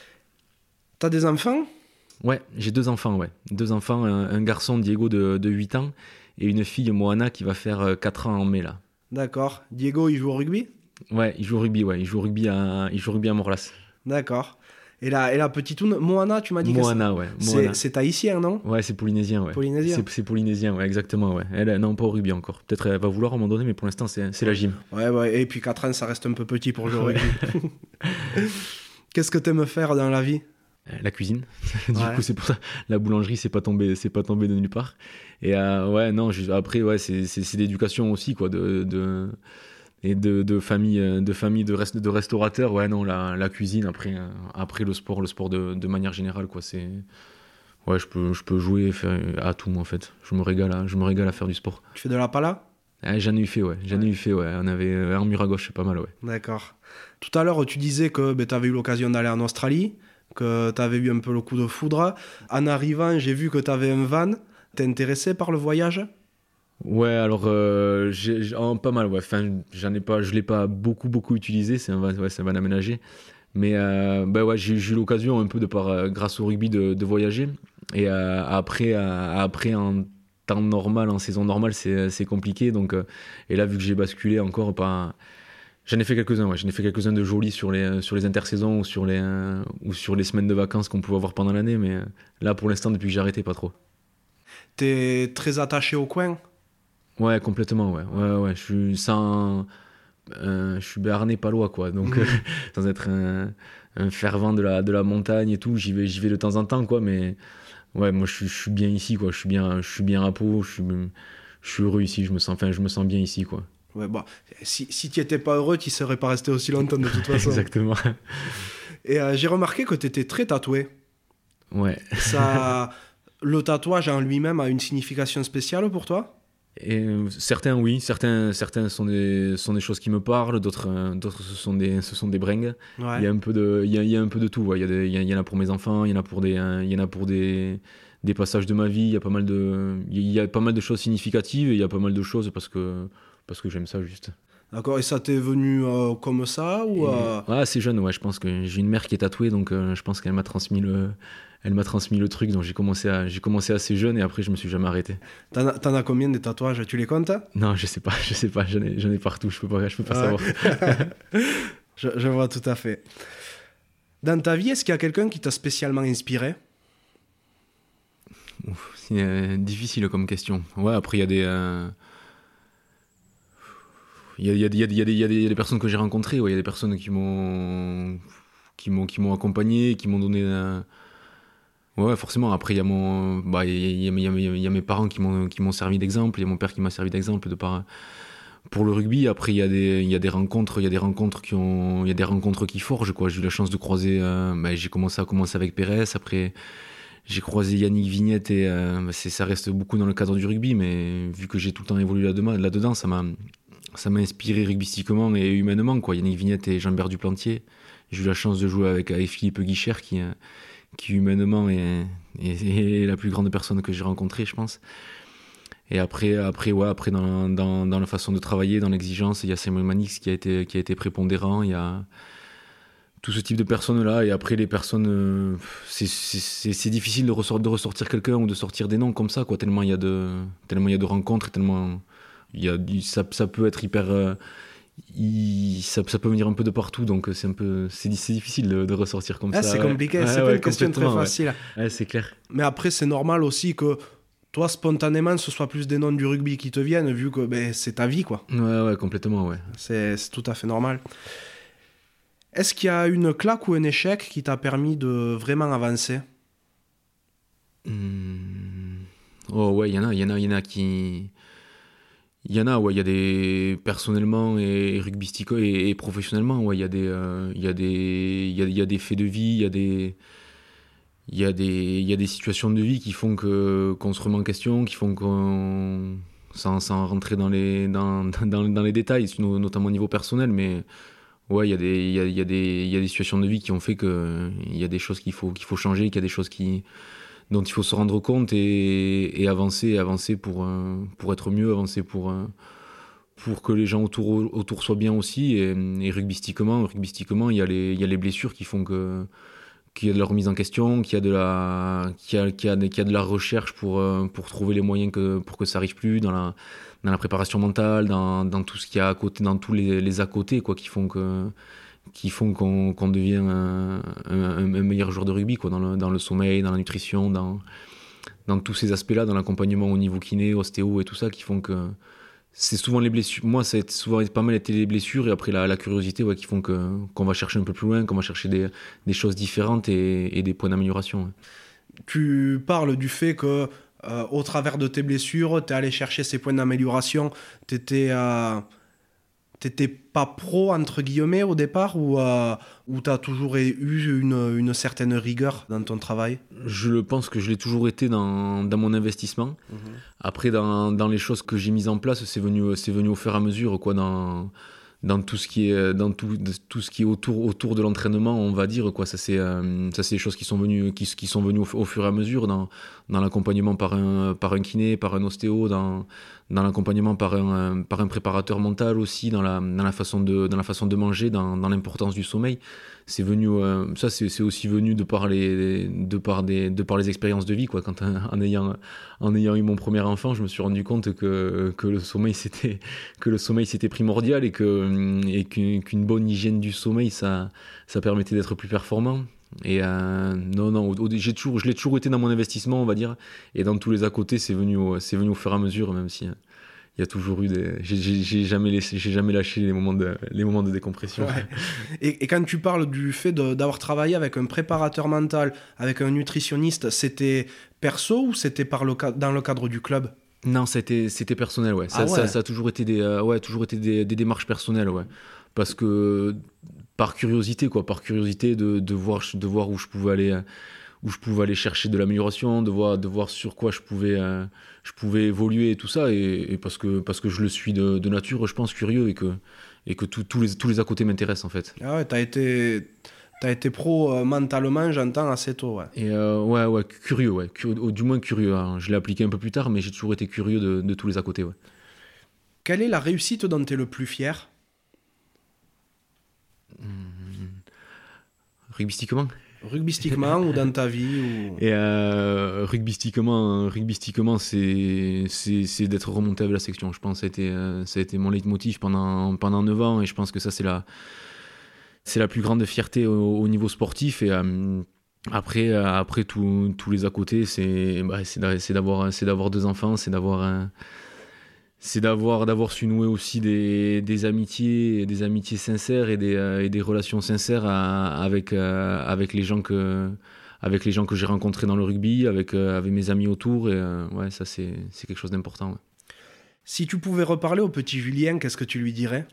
[SPEAKER 2] T'as des enfants ?
[SPEAKER 1] Ouais, j'ai deux enfants, ouais. Deux enfants, un, un garçon, Diego, de, de huit ans, et une fille, Moana, qui va faire quatre ans en mai, là.
[SPEAKER 2] D'accord. Diego, il joue au rugby ?
[SPEAKER 1] Ouais, il joue au rugby, ouais. Il joue au rugby à, il joue au rugby à Morlas.
[SPEAKER 2] D'accord. Et la, et la petite Moana, tu m'as dit
[SPEAKER 1] Moana,
[SPEAKER 2] que
[SPEAKER 1] ouais.
[SPEAKER 2] c'est,
[SPEAKER 1] Moana.
[SPEAKER 2] c'est tahitien, non ?
[SPEAKER 1] Ouais, c'est polynésien, ouais.
[SPEAKER 2] Polynésien.
[SPEAKER 1] C'est, c'est polynésien, ouais, exactement, ouais. Elle, non, pas au rugby encore. Peut-être elle va vouloir à un moment donné, mais pour l'instant, c'est, c'est la gym.
[SPEAKER 2] Ouais, ouais, et puis quatre ans, ça reste un peu petit pour jouer au rugby. Qu'est-ce que t'aimes faire dans la vie ?
[SPEAKER 1] La cuisine. Du
[SPEAKER 2] ouais.
[SPEAKER 1] coup, c'est pour ça. La boulangerie, c'est pas tombé, c'est pas tombé de nulle part. Et euh, ouais, non, je, après, ouais, c'est, c'est, c'est l'éducation aussi, quoi, de... de... et de, de famille, de, famille de, rest, de restaurateurs. Ouais, non, la, la cuisine, après, après le sport, le sport de, de manière générale, quoi, c'est... Ouais, je peux, je peux jouer et faire à tout, moi, en fait. Je me régale à, je me régale à faire du sport.
[SPEAKER 2] Tu fais de la pala?
[SPEAKER 1] Ah, j'en ai eu fait, ouais. J'en ai eu fait, ouais. On avait un mur à gauche, c'est pas mal, ouais.
[SPEAKER 2] D'accord. Tout à l'heure, tu disais que ben, tu avais eu l'occasion d'aller en Australie, que tu avais eu un peu le coup de foudre. En arrivant, j'ai vu que tu avais un van. T'es intéressé par le voyage?
[SPEAKER 1] Ouais, alors, euh, j'ai, j'ai- oh, pas mal, ouais. Enfin, j'en ai pas, je l'ai pas beaucoup, beaucoup utilisé. C'est un van, ouais, c'est un van aménagé. Mais euh, bah ouais, j'ai, j'ai eu l'occasion un peu de par, euh, grâce au rugby de, de voyager. Et euh, après, euh, après, en temps normal, en saison normale, c'est, c'est compliqué. Donc, euh, et là, vu que j'ai basculé encore, pas, j'en ai fait quelques-uns. Ouais. J'en ai fait quelques-uns de jolis sur les, sur les intersaisons ou sur les, euh, ou sur les semaines de vacances qu'on pouvait avoir pendant l'année. Mais euh, là, pour l'instant, depuis que j'ai arrêté, pas trop.
[SPEAKER 2] T'es très attaché au coin?
[SPEAKER 1] Ouais, complètement, ouais. Ouais, ouais, je suis sans... euh, je suis béarnais palois, quoi. Donc,
[SPEAKER 2] Mhm.
[SPEAKER 1] euh, sans être un, un fervent de la, de la montagne et tout, j'y vais, j'y vais de temps en temps, quoi. Mais ouais, moi, je suis, je suis bien ici, quoi. Je suis bien, je suis bien à Pau, je suis, je suis heureux ici, je me sens, enfin, je me sens bien ici, quoi.
[SPEAKER 2] Ouais, bah, si, si tu n'étais pas heureux, tu ne serais pas resté aussi longtemps de toute façon.
[SPEAKER 1] Exactement.
[SPEAKER 2] Et euh, j'ai remarqué que tu étais très tatoué.
[SPEAKER 1] Ouais.
[SPEAKER 2] Ça, le tatouage en lui-même a une signification spéciale pour toi?
[SPEAKER 1] Et euh, certains, oui, certains, certains sont des, sont des choses qui me parlent, d'autres, euh, d'autres ce sont des, ce sont des bringues. Il y
[SPEAKER 2] Ouais.
[SPEAKER 1] a un peu de, il y a, il y a un peu de tout. Ouais. Il y a des- il y a- il y en a pour mes enfants, il y en a pour des, euh, il y en a pour des, des passages de ma vie. Il y a pas mal de, il y a pas mal de choses significatives et il y a pas mal de choses parce que, parce que j'aime ça juste.
[SPEAKER 2] D'accord. Et ça t'est venu euh, comme ça ou
[SPEAKER 1] Et,
[SPEAKER 2] euh,
[SPEAKER 1] ouais, assez jeune, ouais, je pense que j'ai une mère qui est tatouée, donc euh, je pense qu'elle m'a transmis le, elle m'a transmis le truc. Donc j'ai commencé à, j'ai commencé assez jeune et après je me suis jamais arrêté.
[SPEAKER 2] t'en as, t'en as combien des tatouages? Tu les comptes?
[SPEAKER 1] Non, je sais pas, je sais pas, j'en ai, j'en ai partout, je peux pas, je peux pas
[SPEAKER 2] Ouais.
[SPEAKER 1] savoir.
[SPEAKER 2] je, je vois tout à fait. Dans ta vie, est-ce qu'il y a quelqu'un qui t'a spécialement inspiré?
[SPEAKER 1] Ouf, c'est euh, difficile comme question. Ouais, après, il y a des. euh, Il y, a, il y, a, il y, a, il y, a des- il y a des il y a des personnes que j'ai rencontrées, ouais, il y a des personnes qui m'ont, qui m'ont, qui m'ont accompagné, qui m'ont donné. euh, Ouais, forcément. Après, il y a mon, bah, il y a, il y a- il y a- il y a mes parents qui m'ont, qui m'ont servi d'exemple. Il y a mon père qui m'a servi d'exemple de par, pour le rugby. Après, il y a des, il y a des rencontres, il y a des rencontres qui ont, il y a des rencontres qui forgent, quoi. J'ai eu la chance de croiser. euh, bah, j'ai commencé à commencer avec Pérez. Après, j'ai croisé Yannick Vignette et euh, bah, c'est, ça reste beaucoup dans le cadre du rugby, mais vu que j'ai tout le temps évolué là-dedans, là-dedans, ça m'a, ça m'a inspiré rugbystiquement et humainement, quoi. Yannick Vignette et Jean-Bert Duplantier. J'ai eu la chance de jouer avec, avec Philippe Guichard, qui, euh, qui humainement est, est, est la plus grande personne que j'ai rencontrée, je pense. Et après, après, ouais, après dans, dans, dans la façon de travailler, dans l'exigence, il y a Samuel Manix qui a été, qui a été prépondérant. Il y a tout ce type de personnes-là. Et après, les personnes, euh, c'est, c'est, c'est, c'est difficile de, ressort, de ressortir quelqu'un ou de sortir des noms comme ça, quoi. Tellement il y a de, tellement il y a de rencontres, et tellement il y a, ça, ça peut être hyper, euh, il- ça, ça peut venir un peu de partout. Donc c'est un peu, c'est, c'est difficile de, de ressortir comme
[SPEAKER 2] Ah,
[SPEAKER 1] ça.
[SPEAKER 2] c'est
[SPEAKER 1] Ouais.
[SPEAKER 2] compliqué,
[SPEAKER 1] Ouais,
[SPEAKER 2] c'est pas
[SPEAKER 1] ouais,
[SPEAKER 2] une question très
[SPEAKER 1] complètement, ouais.
[SPEAKER 2] facile.
[SPEAKER 1] Ouais, c'est clair.
[SPEAKER 2] Mais après, c'est normal aussi que toi, spontanément, ce soit plus des noms du rugby qui te viennent, vu que ben, c'est ta vie, quoi.
[SPEAKER 1] Ouais, ouais, complètement, ouais.
[SPEAKER 2] C'est, c'est tout à fait normal. Est-ce qu'il y a une claque ou un échec qui t'a permis de vraiment avancer?
[SPEAKER 1] Hmm. Oh ouais, il y en a, il y en a, il y en a qui, il y en a, ouais, il y a des personnellement et, et rugbystico et, et professionnellement, ouais, il y a des, euh, il y a des, il y a, il y a des faits de vie, il y a des, il y a des, il y a des situations de vie qui font que qu'on se remet en question, qui font qu'on, sans, sans rentrer dans les, dans, dans, dans les détails, notamment au niveau personnel, mais ouais, il y a des, il y a, il y a des, il y a des situations de vie qui ont fait que il y a des choses qu'il faut, qu'il faut changer, qu'il y a des choses qui dont il faut se rendre compte et, et avancer, avancer pour, euh, pour être mieux, avancer pour, euh, pour que les gens autour, autour soient bien aussi. Et, et rugbystiquement, rugbystiquement, il y a les, il y a les blessures qui font que, qu'il y a de la remise en question, qu'il y a de la, qu'il y a, qu'il y a, qu'il y a de la recherche pour, euh, pour trouver les moyens que, pour que ça arrive plus dans la, dans la préparation mentale, dans, dans tout ce qu'il y a à côté, dans tous les, les à côté, quoi, qui font que, qui font qu'on, qu'on devient un, un, un meilleur joueur de rugby, quoi, dans le, dans le sommeil, dans la nutrition, dans, dans tous ces aspects-là, dans l'accompagnement au niveau kiné, ostéo et tout ça, qui font que c'est souvent les blessures. Moi, ça a souvent pas mal été les blessures et après la, la curiosité, ouais, qui font que, qu'on va chercher un peu plus loin, qu'on va chercher des, des choses différentes et, et des points d'amélioration. Ouais.
[SPEAKER 2] Tu parles du fait que, euh, au travers de tes blessures, tu es allé chercher ces points d'amélioration, tu étais... Euh... t'étais pas pro, entre guillemets, au départ, ou, euh, ou t'as toujours eu une, une certaine rigueur dans ton travail?
[SPEAKER 1] Je pense que je l'ai toujours été dans, dans mon investissement. Mmh. Après, dans, dans les choses que j'ai mises en place, c'est venu, c'est venu au fur et à mesure, quoi, dans... dans tout ce qui est dans tout, tout ce qui est autour autour de l'entraînement, on va dire, quoi. Ça c'est euh, ça c'est des choses qui sont venues qui, qui sont venues au, au fur et à mesure, dans dans l'accompagnement par un par un kiné, par un ostéo, dans dans l'accompagnement par un par un préparateur mental aussi, dans la dans la façon de dans la façon de manger, dans dans l'importance du sommeil. C'est venu euh, ça c'est c'est aussi venu de par les de par des de par les expériences de vie, quoi. Quand en ayant en ayant eu mon premier enfant, je me suis rendu compte que que le sommeil c'était que le sommeil c'était primordial, et que et qu'une, qu'une bonne hygiène du sommeil, ça ça permettait d'être plus performant. Et euh, non non au, j'ai toujours je l'ai toujours été dans mon investissement, on va dire, et dans tous les à côté, c'est venu au, c'est venu au fur et à mesure, même si il y a toujours eu des j'ai, j'ai, j'ai jamais laissé j'ai jamais lâché les moments de les moments de décompression.
[SPEAKER 2] Ouais. Et, et quand tu parles du fait de, d'avoir travaillé avec un préparateur mental, avec un nutritionniste, c'était perso ou c'était par le dans le cadre du club?
[SPEAKER 1] Non, c'était c'était personnel, ouais. Ça, ah ouais. ça, ça a toujours été des euh, ouais toujours été des, des démarches personnelles, ouais. Parce que par curiosité, quoi, par curiosité de de voir de voir où je pouvais aller où je pouvais aller chercher de l'amélioration, de voir de voir sur quoi je pouvais euh, je pouvais évoluer et tout ça, et, et parce que parce que je le suis de, de nature, je pense, curieux, et que et que tous les tous les à côté m'intéressent, en fait.
[SPEAKER 2] Ah ouais, t'as été T'as été pro euh, mentalement, j'entends, assez tôt, ouais.
[SPEAKER 1] Et euh, ouais, ouais, curieux, ouais. Curieux, du moins curieux. Hein. Je l'ai appliqué un peu plus tard, mais j'ai toujours été curieux de, de tous les à côté, ouais.
[SPEAKER 2] Quelle est la réussite dont tu es le plus fier?
[SPEAKER 1] Mmh. Rugbystiquement
[SPEAKER 2] Rugbystiquement ou dans ta vie ou...
[SPEAKER 1] Et euh, rugbystiquement, rugbystiquement c'est, c'est, c'est d'être remonté avec la section. Je pense que ça a été, euh, ça a été mon leitmotiv pendant, pendant neuf ans, et je pense que ça, c'est la... c'est la plus grande fierté au, au niveau sportif. Et euh, après, euh, après tous les à côté, c'est, bah, c'est, c'est, d'avoir, c'est d'avoir deux enfants, c'est d'avoir, euh, c'est d'avoir, d'avoir su nouer aussi des, des amitiés, des amitiés sincères, et des, euh, et des relations sincères à, avec, euh, avec les gens que, avec les gens que j'ai rencontrés dans le rugby, avec, euh, avec mes amis autour. Et euh, ouais, ça, c'est, c'est quelque chose d'important. Ouais.
[SPEAKER 2] Si tu pouvais reparler au petit Julien, qu'est-ce que tu lui dirais?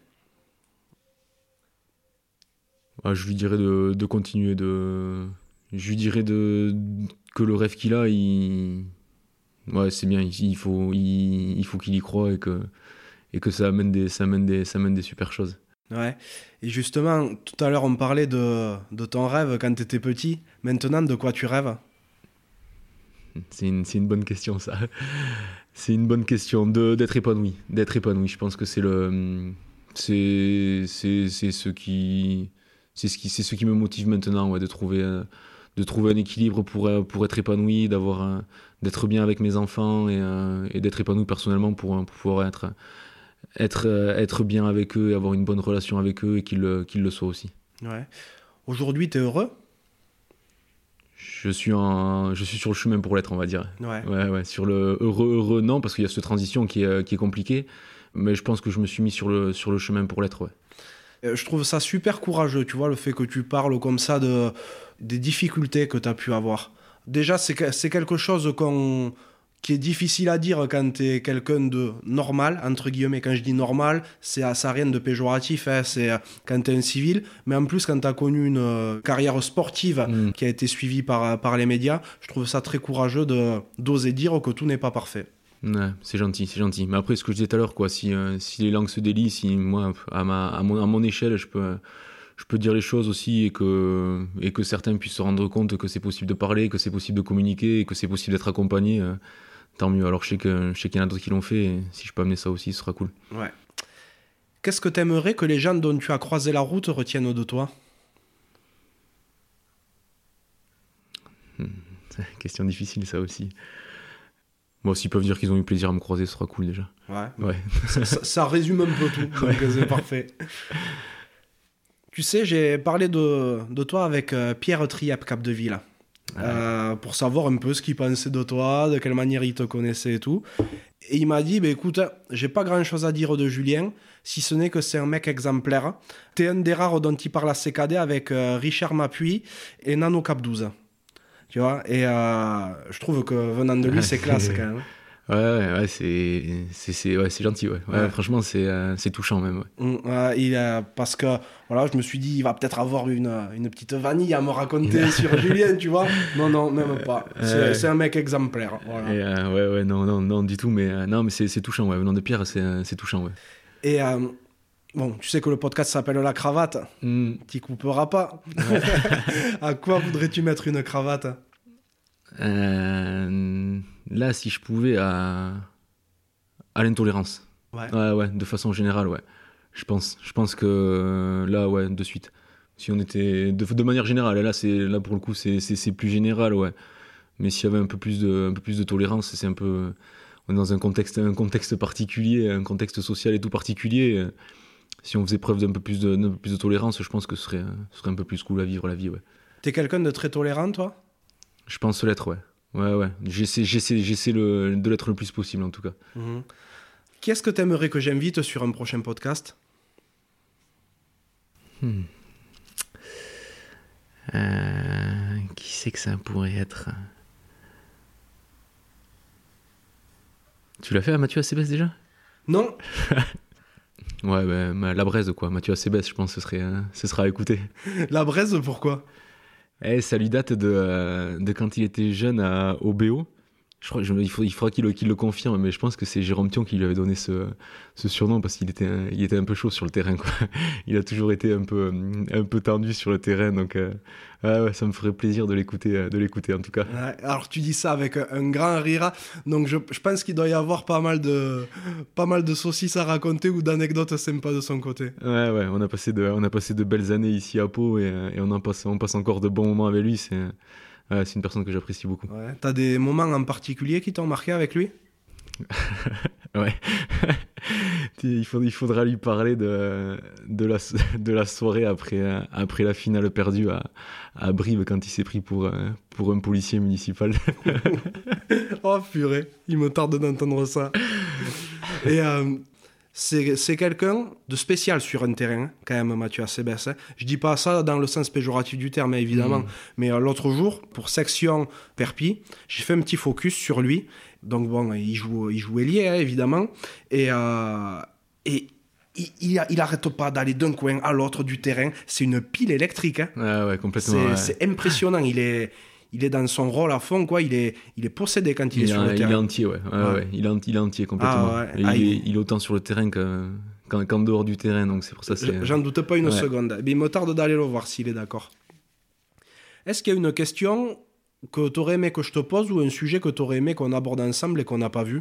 [SPEAKER 1] Ah, je lui dirais de, de continuer, de... je lui dirais de, que le rêve qu'il a, il... ouais, c'est bien, il faut, il, il faut qu'il y croie, et que, et que ça, amène des, ça, amène des, ça amène des super choses.
[SPEAKER 2] Ouais, et justement, tout à l'heure on parlait de, de ton rêve quand tu étais petit. Maintenant, de quoi tu rêves?
[SPEAKER 1] C'est une, c'est une bonne question, ça. C'est une bonne question, de, d'être épanoui. D'être épanoui, je pense que c'est le... C'est, c'est, c'est ce qui... C'est ce qui, c'est ce qui me motive maintenant, ouais, de trouver, euh, de trouver un équilibre pour, euh, pour être épanoui, d'avoir, euh, d'être bien avec mes enfants, et, euh, et d'être épanoui personnellement pour, pour pouvoir être, être, euh, être bien avec eux, et avoir une bonne relation avec eux, et qu'ils, qu'ils le soient aussi.
[SPEAKER 2] Ouais. Aujourd'hui, tu es heureux?
[SPEAKER 1] Je suis, en, je suis sur le chemin pour l'être, on va dire.
[SPEAKER 2] Ouais.
[SPEAKER 1] Ouais, ouais. Sur le heureux, heureux, non, parce qu'il y a cette transition qui est, qui est compliquée, mais je pense que je me suis mis sur le, sur le chemin pour l'être, ouais.
[SPEAKER 2] Je trouve ça super courageux, tu vois, le fait que tu parles comme ça de, des difficultés que tu as pu avoir. Déjà, c'est, c'est quelque chose qu'on, qui est difficile à dire quand tu es quelqu'un de normal, entre guillemets. Quand je dis normal, c'est, ça n'a rien de péjoratif, hein, c'est quand tu es un civil. Mais en plus, quand tu as connu une carrière sportive mmh. qui a été suivie par, par les médias, je trouve ça très courageux de, d'oser dire que tout n'est pas parfait.
[SPEAKER 1] Ouais, c'est gentil, c'est gentil. Mais après, ce que je disais tout à l'heure, quoi, si, euh, si les langues se délient, si moi, à, ma, à, mon, à mon échelle, je peux, je peux dire les choses aussi, et que, et que certains puissent se rendre compte que c'est possible de parler, que c'est possible de communiquer, et que c'est possible d'être accompagné, euh, tant mieux. Alors je sais, que, je sais qu'il y en a d'autres qui l'ont fait, et si je peux amener ça aussi, ce sera cool.
[SPEAKER 2] Ouais. Qu'est-ce que tu aimerais que les gens dont tu as croisé la route retiennent de toi?
[SPEAKER 1] hmm, Question difficile, ça aussi. Moi, s'ils peuvent dire qu'ils ont eu plaisir à me croiser, ce sera cool déjà.
[SPEAKER 2] Ouais.
[SPEAKER 1] ouais.
[SPEAKER 2] Ça, ça, ça résume un peu tout, donc ouais. C'est parfait. Tu sais, j'ai parlé de, de toi avec euh, Pierre Triep Capdeville, ah ouais. euh, pour savoir un peu ce qu'il pensait de toi, de quelle manière il te connaissait et tout. Et il m'a dit, bah, écoute, j'ai pas grand-chose à dire de Julien, si ce n'est que c'est un mec exemplaire. T'es un des rares dont il parle à C K D avec euh, Richard Mapuy et Nano Cap douze. Tu vois, et euh, je trouve que venant de lui, c'est classe quand même.
[SPEAKER 1] Ouais, ouais, ouais, c'est, c'est, c'est, ouais, c'est gentil, ouais. Ouais,
[SPEAKER 2] Ouais.
[SPEAKER 1] franchement, c'est, euh, c'est touchant même, ouais.
[SPEAKER 2] Mm, euh, il, euh, parce que voilà, je me suis dit, il va peut-être avoir une, une petite vanille à me raconter sur Julien, tu vois. Non, non, même pas. C'est,
[SPEAKER 1] Euh,
[SPEAKER 2] c'est un mec exemplaire. Voilà.
[SPEAKER 1] Et, euh, ouais, ouais, non, non, non, du tout, mais euh, non, mais c'est, c'est touchant, ouais. Venant de Pierre, c'est, euh, c'est touchant, ouais.
[SPEAKER 2] Et euh, bon, tu sais que le podcast s'appelle La Cravate.
[SPEAKER 1] Mm.
[SPEAKER 2] Tu couperas pas.
[SPEAKER 1] Ouais.
[SPEAKER 2] À quoi voudrais-tu mettre une cravate?
[SPEAKER 1] Euh, là, si je pouvais, à, à l'intolérance.
[SPEAKER 2] Ouais.
[SPEAKER 1] Ouais, ouais, de façon générale, ouais. Je pense, je pense que euh, là, ouais, de suite. Si on était de, de manière générale, là, c'est là pour le coup, c'est, c'est, c'est plus général, ouais. Mais s'il y avait un peu plus de, un peu plus de tolérance, c'est un peu, on est dans un contexte, un contexte particulier, un contexte social et tout particulier. Si on faisait preuve d'un peu plus de, d'un peu plus de tolérance, je pense que ce serait, ce serait un peu plus cool à vivre la vie, ouais.
[SPEAKER 2] T'es quelqu'un de très tolérant, toi?
[SPEAKER 1] Je pense l'être, ouais. Ouais, ouais. J'essaie, j'essaie, j'essaie le, de l'être le plus possible, en tout cas.
[SPEAKER 2] Mhm. Qui est-ce que t'aimerais que j'invite sur un prochain podcast?
[SPEAKER 1] Hmm. Euh, qui c'est que ça pourrait être? Tu l'as fait à Mathieu Acebes déjà?
[SPEAKER 2] Non.
[SPEAKER 1] Ouais, ben, la braise, quoi. Mathieu Acebes, je pense que ce, serait, euh, ce sera à écouter.
[SPEAKER 2] La braise, pourquoi?
[SPEAKER 1] Eh, ça lui date de, euh, de quand il était jeune à, au B O. Je crois, je, il, faut, il faudra qu'il, qu'il le confirme, mais je pense que c'est Jérôme Thion qui lui avait donné ce, ce surnom parce qu'il était, un, il était un peu chaud sur le terrain, quoi. Il a toujours été un peu, un peu tendu sur le terrain, donc euh, ouais, ouais, ça me ferait plaisir de l'écouter, de l'écouter en tout cas.
[SPEAKER 2] Ouais, alors tu dis ça avec un, un grand rire, donc je, je pense qu'il doit y avoir pas mal de, pas mal de saucisses à raconter ou d'anecdotes sympas de son côté.
[SPEAKER 1] Ouais, ouais, on a passé de, on a passé de belles années ici à Pau et, et on, en passe, on passe encore de bons moments avec lui. C'est, ouais, c'est une personne que j'apprécie beaucoup.
[SPEAKER 2] Ouais. T'as des moments en particulier qui t'ont marqué avec lui?
[SPEAKER 1] Ouais. il, faut, il faudra lui parler de, de, la, de la soirée après, après la finale perdue à, à Brive quand il s'est pris pour, pour un policier municipal.
[SPEAKER 2] Oh purée, il me tarde d'entendre ça. Et euh, c'est, c'est quelqu'un de spécial sur un terrain, quand même, Mathieu Acebes. Hein. Je dis pas ça dans le sens péjoratif du terme, évidemment. Mmh. Mais euh, l'autre jour, pour section Perpi, j'ai fait un petit focus sur lui. Donc bon, il joue, il joue ailier, hein, évidemment. Et, euh, et il, il, il arrête pas d'aller d'un coin à l'autre du terrain. C'est une pile électrique. Hein.
[SPEAKER 1] Ouais, ouais, complètement.
[SPEAKER 2] C'est,
[SPEAKER 1] ouais.
[SPEAKER 2] c'est impressionnant. Il est... Il est dans son rôle à fond, quoi. Il est, il est possédé quand il, il est sur
[SPEAKER 1] a,
[SPEAKER 2] le terrain.
[SPEAKER 1] Il est entier, ouais. ouais, ouais. ouais. Il, est, il est entier complètement. Ah, ouais. ah, il, est, il est autant sur le terrain que, qu'en, qu'en dehors du terrain, donc c'est pour ça. C'est...
[SPEAKER 2] J'en doute pas une
[SPEAKER 1] ouais.
[SPEAKER 2] seconde. Mais il me tarde d'aller le voir s'il est d'accord. Est-ce qu'il y a une question que tu aurais aimé que je te pose ou un sujet que tu aurais aimé qu'on aborde ensemble et qu'on n'a pas vu?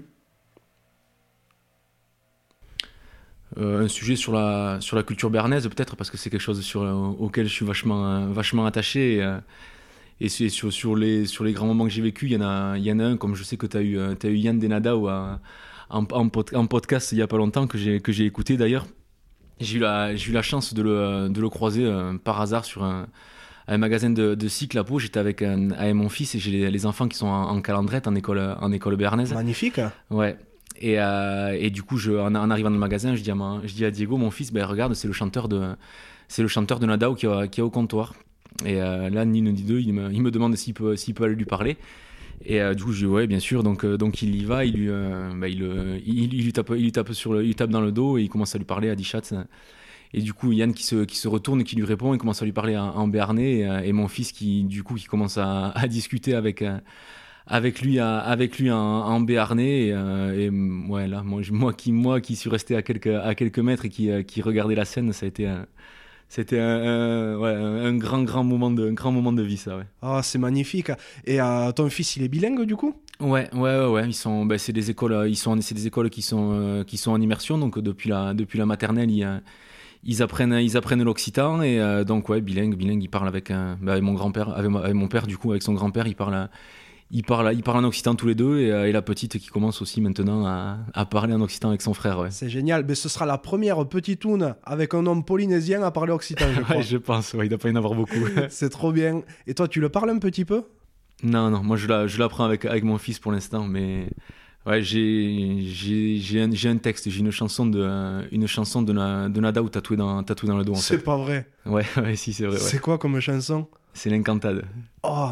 [SPEAKER 1] Euh, un sujet sur la, sur la culture béarnaise, peut-être, parce que c'est quelque chose sur, euh, auquel je suis vachement, vachement attaché. Et, euh, Et sur, sur, les, sur les grands moments que j'ai vécu, il y en a, il y en a un, comme je sais que tu as eu, t'as eu Yann Denada ou en, en, pod, en podcast il n'y a pas longtemps, que j'ai, que j'ai écouté d'ailleurs. J'ai eu la, j'ai eu la chance de le, de le croiser euh, par hasard sur un, un magasin de, de cycle à Pau. J'étais avec, un, avec mon fils et j'ai les, les enfants qui sont en, en calendrette, en école, en école béarnaise.
[SPEAKER 2] Magnifique.
[SPEAKER 1] Ouais. Et, euh, et du coup, je, en, en arrivant dans le magasin, je dis à, ma, je dis à Diego, mon fils, ben, regarde, c'est le chanteur de, c'est le chanteur de Nadao qui est, qui est au comptoir. Et euh, là, ni une ni deux, il me, il me demande s'il peut, s'il peut aller lui parler. Et euh, du coup, je dis ouais, bien sûr. Donc, euh, donc il y va, il lui, euh, bah, il, euh, il, il, lui tape, il lui tape sur le, il lui tape dans le dos et il commence à lui parler à Dichat. Et du coup, Yann qui se, qui se retourne et qui lui répond, il commence à lui parler en, en béarnais. Et, euh, et mon fils qui, du coup, qui commence à, à discuter avec, euh, avec lui, à, avec lui en, en béarnais. Et, euh, et ouais, là, moi, moi qui, moi qui suis resté à quelques, à quelques mètres et qui, euh, qui regardait la scène, ça a été un, C'était un, un, ouais, un grand, grand moment de, un grand moment de vie, ça, ouais.
[SPEAKER 2] Ah, c'est magnifique. Et euh, ton fils, il est bilingue, du coup?
[SPEAKER 1] Ouais, ouais, ouais, ouais. Ils sont, bah, c'est des écoles, ils sont, c'est des écoles qui sont, euh, qui sont en immersion, donc depuis la, depuis la maternelle, ils, ils apprennent, ils apprennent l'occitan et euh, donc ouais, bilingue, bilingue. Ils parlent avec, un, bah, avec mon grand-père, avec, avec mon père, du coup, avec son grand-père, ils parlent. Ils parlent, ils parlent en occitan tous les deux et, euh, et la petite qui commence aussi maintenant à, à parler en occitan avec son frère. Ouais.
[SPEAKER 2] C'est génial, mais ce sera la première petite toune avec un homme polynésien à parler occitan, je crois.
[SPEAKER 1] Ouais, je pense, ouais, il ne doit pas y en avoir beaucoup.
[SPEAKER 2] C'est trop bien. Et toi, tu le parles un petit peu?
[SPEAKER 1] Non, non, moi je, la, je l'apprends avec, avec mon fils pour l'instant, mais ouais, j'ai, j'ai, j'ai, un, j'ai un texte, j'ai une chanson de, une chanson de, na, de Nadao tatouée dans, tatouée dans le dos. En
[SPEAKER 2] c'est
[SPEAKER 1] fait.
[SPEAKER 2] pas vrai.
[SPEAKER 1] Ouais, ouais, si, c'est vrai. Ouais.
[SPEAKER 2] C'est quoi comme chanson?
[SPEAKER 1] C'est l'Incantade.
[SPEAKER 2] Oh,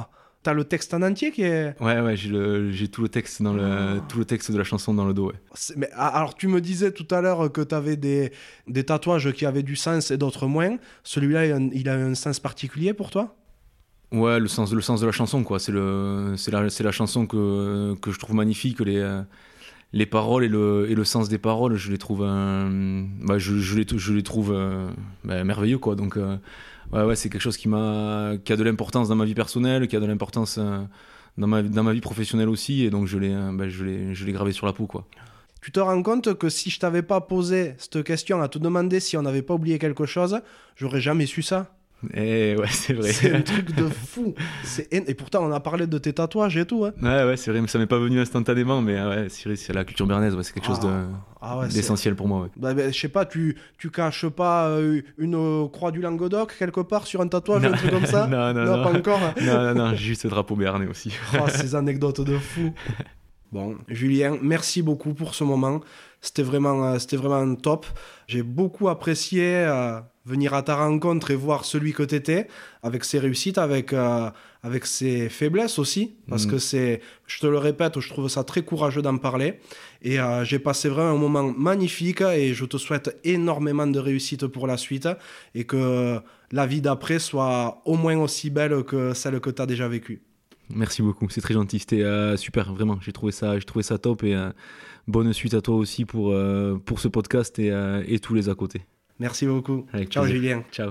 [SPEAKER 2] t'as le texte en entier qui est...
[SPEAKER 1] Ouais, ouais, j'ai, le, j'ai tout, le texte dans le, tout le texte de la chanson dans le dos, ouais.
[SPEAKER 2] C'est, mais, alors, tu me disais tout à l'heure que t'avais des, des tatouages qui avaient du sens et d'autres moins. Celui-là, il a un, il a un sens particulier pour toi ?
[SPEAKER 1] Ouais, le sens, le sens de la chanson, quoi. C'est, le, c'est, la, c'est la chanson que, que je trouve magnifique. Les, les paroles et le, et le sens des paroles, je les trouve, euh, bah, je, je, les, je les trouve euh, bah, merveilleux, quoi. Donc, euh, ouais, ouais, c'est quelque chose qui, m'a, qui a de l'importance dans ma vie personnelle, qui a de l'importance euh, dans, ma, dans ma vie professionnelle aussi. Et donc, je l'ai, bah, je l'ai, je l'ai gravé sur la peau, quoi.
[SPEAKER 2] Tu te rends compte que si je t'avais pas posé cette question à te demander si on n'avait pas oublié quelque chose, j'aurais jamais su ça.
[SPEAKER 1] Et ouais, c'est vrai.
[SPEAKER 2] C'est un truc de fou. C'est... Et pourtant, on a parlé de tes tatouages et tout. Hein.
[SPEAKER 1] Ouais, ouais, c'est vrai, mais ça m'est pas venu instantanément, mais ouais, c'est vrai, c'est la culture béarnaise, ouais, c'est quelque chose de,
[SPEAKER 2] ah ouais,
[SPEAKER 1] d'essentiel
[SPEAKER 2] c'est...
[SPEAKER 1] pour moi. Ouais.
[SPEAKER 2] Bah, bah, je sais pas, tu, tu caches pas euh, une croix du Languedoc quelque part sur un tatouage,
[SPEAKER 1] non.
[SPEAKER 2] un truc comme ça?
[SPEAKER 1] Non, non,
[SPEAKER 2] non.
[SPEAKER 1] non.
[SPEAKER 2] Pas encore.
[SPEAKER 1] Non, non, non, juste le drapeau béarnais aussi.
[SPEAKER 2] Oh, ces anecdotes de fou. Bon, Julien, merci beaucoup pour ce moment. C'était vraiment, euh, c'était vraiment top. J'ai beaucoup apprécié euh, venir à ta rencontre et voir celui que tu étais, avec ses réussites, avec, euh, avec ses faiblesses aussi. Parce mmh. que c'est, je te le répète, je trouve ça très courageux d'en parler. Et euh, j'ai passé vraiment un moment magnifique et je te souhaite énormément de réussite pour la suite et que la vie d'après soit au moins aussi belle que celle que tu as déjà vécue.
[SPEAKER 1] Merci beaucoup, c'est très gentil, c'était euh, super, vraiment, j'ai trouvé ça, j'ai trouvé ça top et euh, bonne suite à toi aussi pour, euh, pour ce podcast et, euh, et tous les à côté.
[SPEAKER 2] Merci beaucoup.
[SPEAKER 1] Avec
[SPEAKER 2] Ciao
[SPEAKER 1] plaisir.
[SPEAKER 2] Julien.
[SPEAKER 1] Ciao.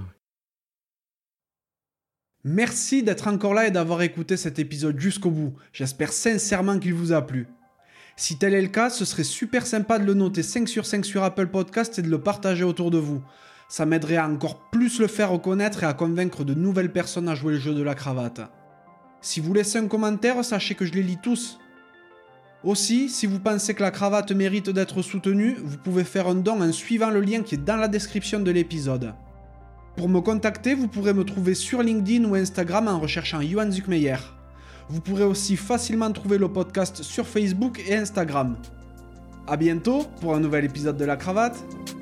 [SPEAKER 2] Merci d'être encore là et d'avoir écouté cet épisode jusqu'au bout. J'espère sincèrement qu'il vous a plu. Si tel est le cas, ce serait super sympa de le noter cinq sur cinq sur Apple Podcast et de le partager autour de vous. Ça m'aiderait à encore plus le faire reconnaître et à convaincre de nouvelles personnes à jouer le jeu de la cravate. Si vous laissez un commentaire, sachez que je les lis tous. Aussi, si vous pensez que la cravate mérite d'être soutenue, vous pouvez faire un don en suivant le lien qui est dans la description de l'épisode. Pour me contacter, vous pourrez me trouver sur LinkedIn ou Instagram en recherchant Johan Zuckmeyer. Vous pourrez aussi facilement trouver le podcast sur Facebook et Instagram. A bientôt pour un nouvel épisode de la cravate.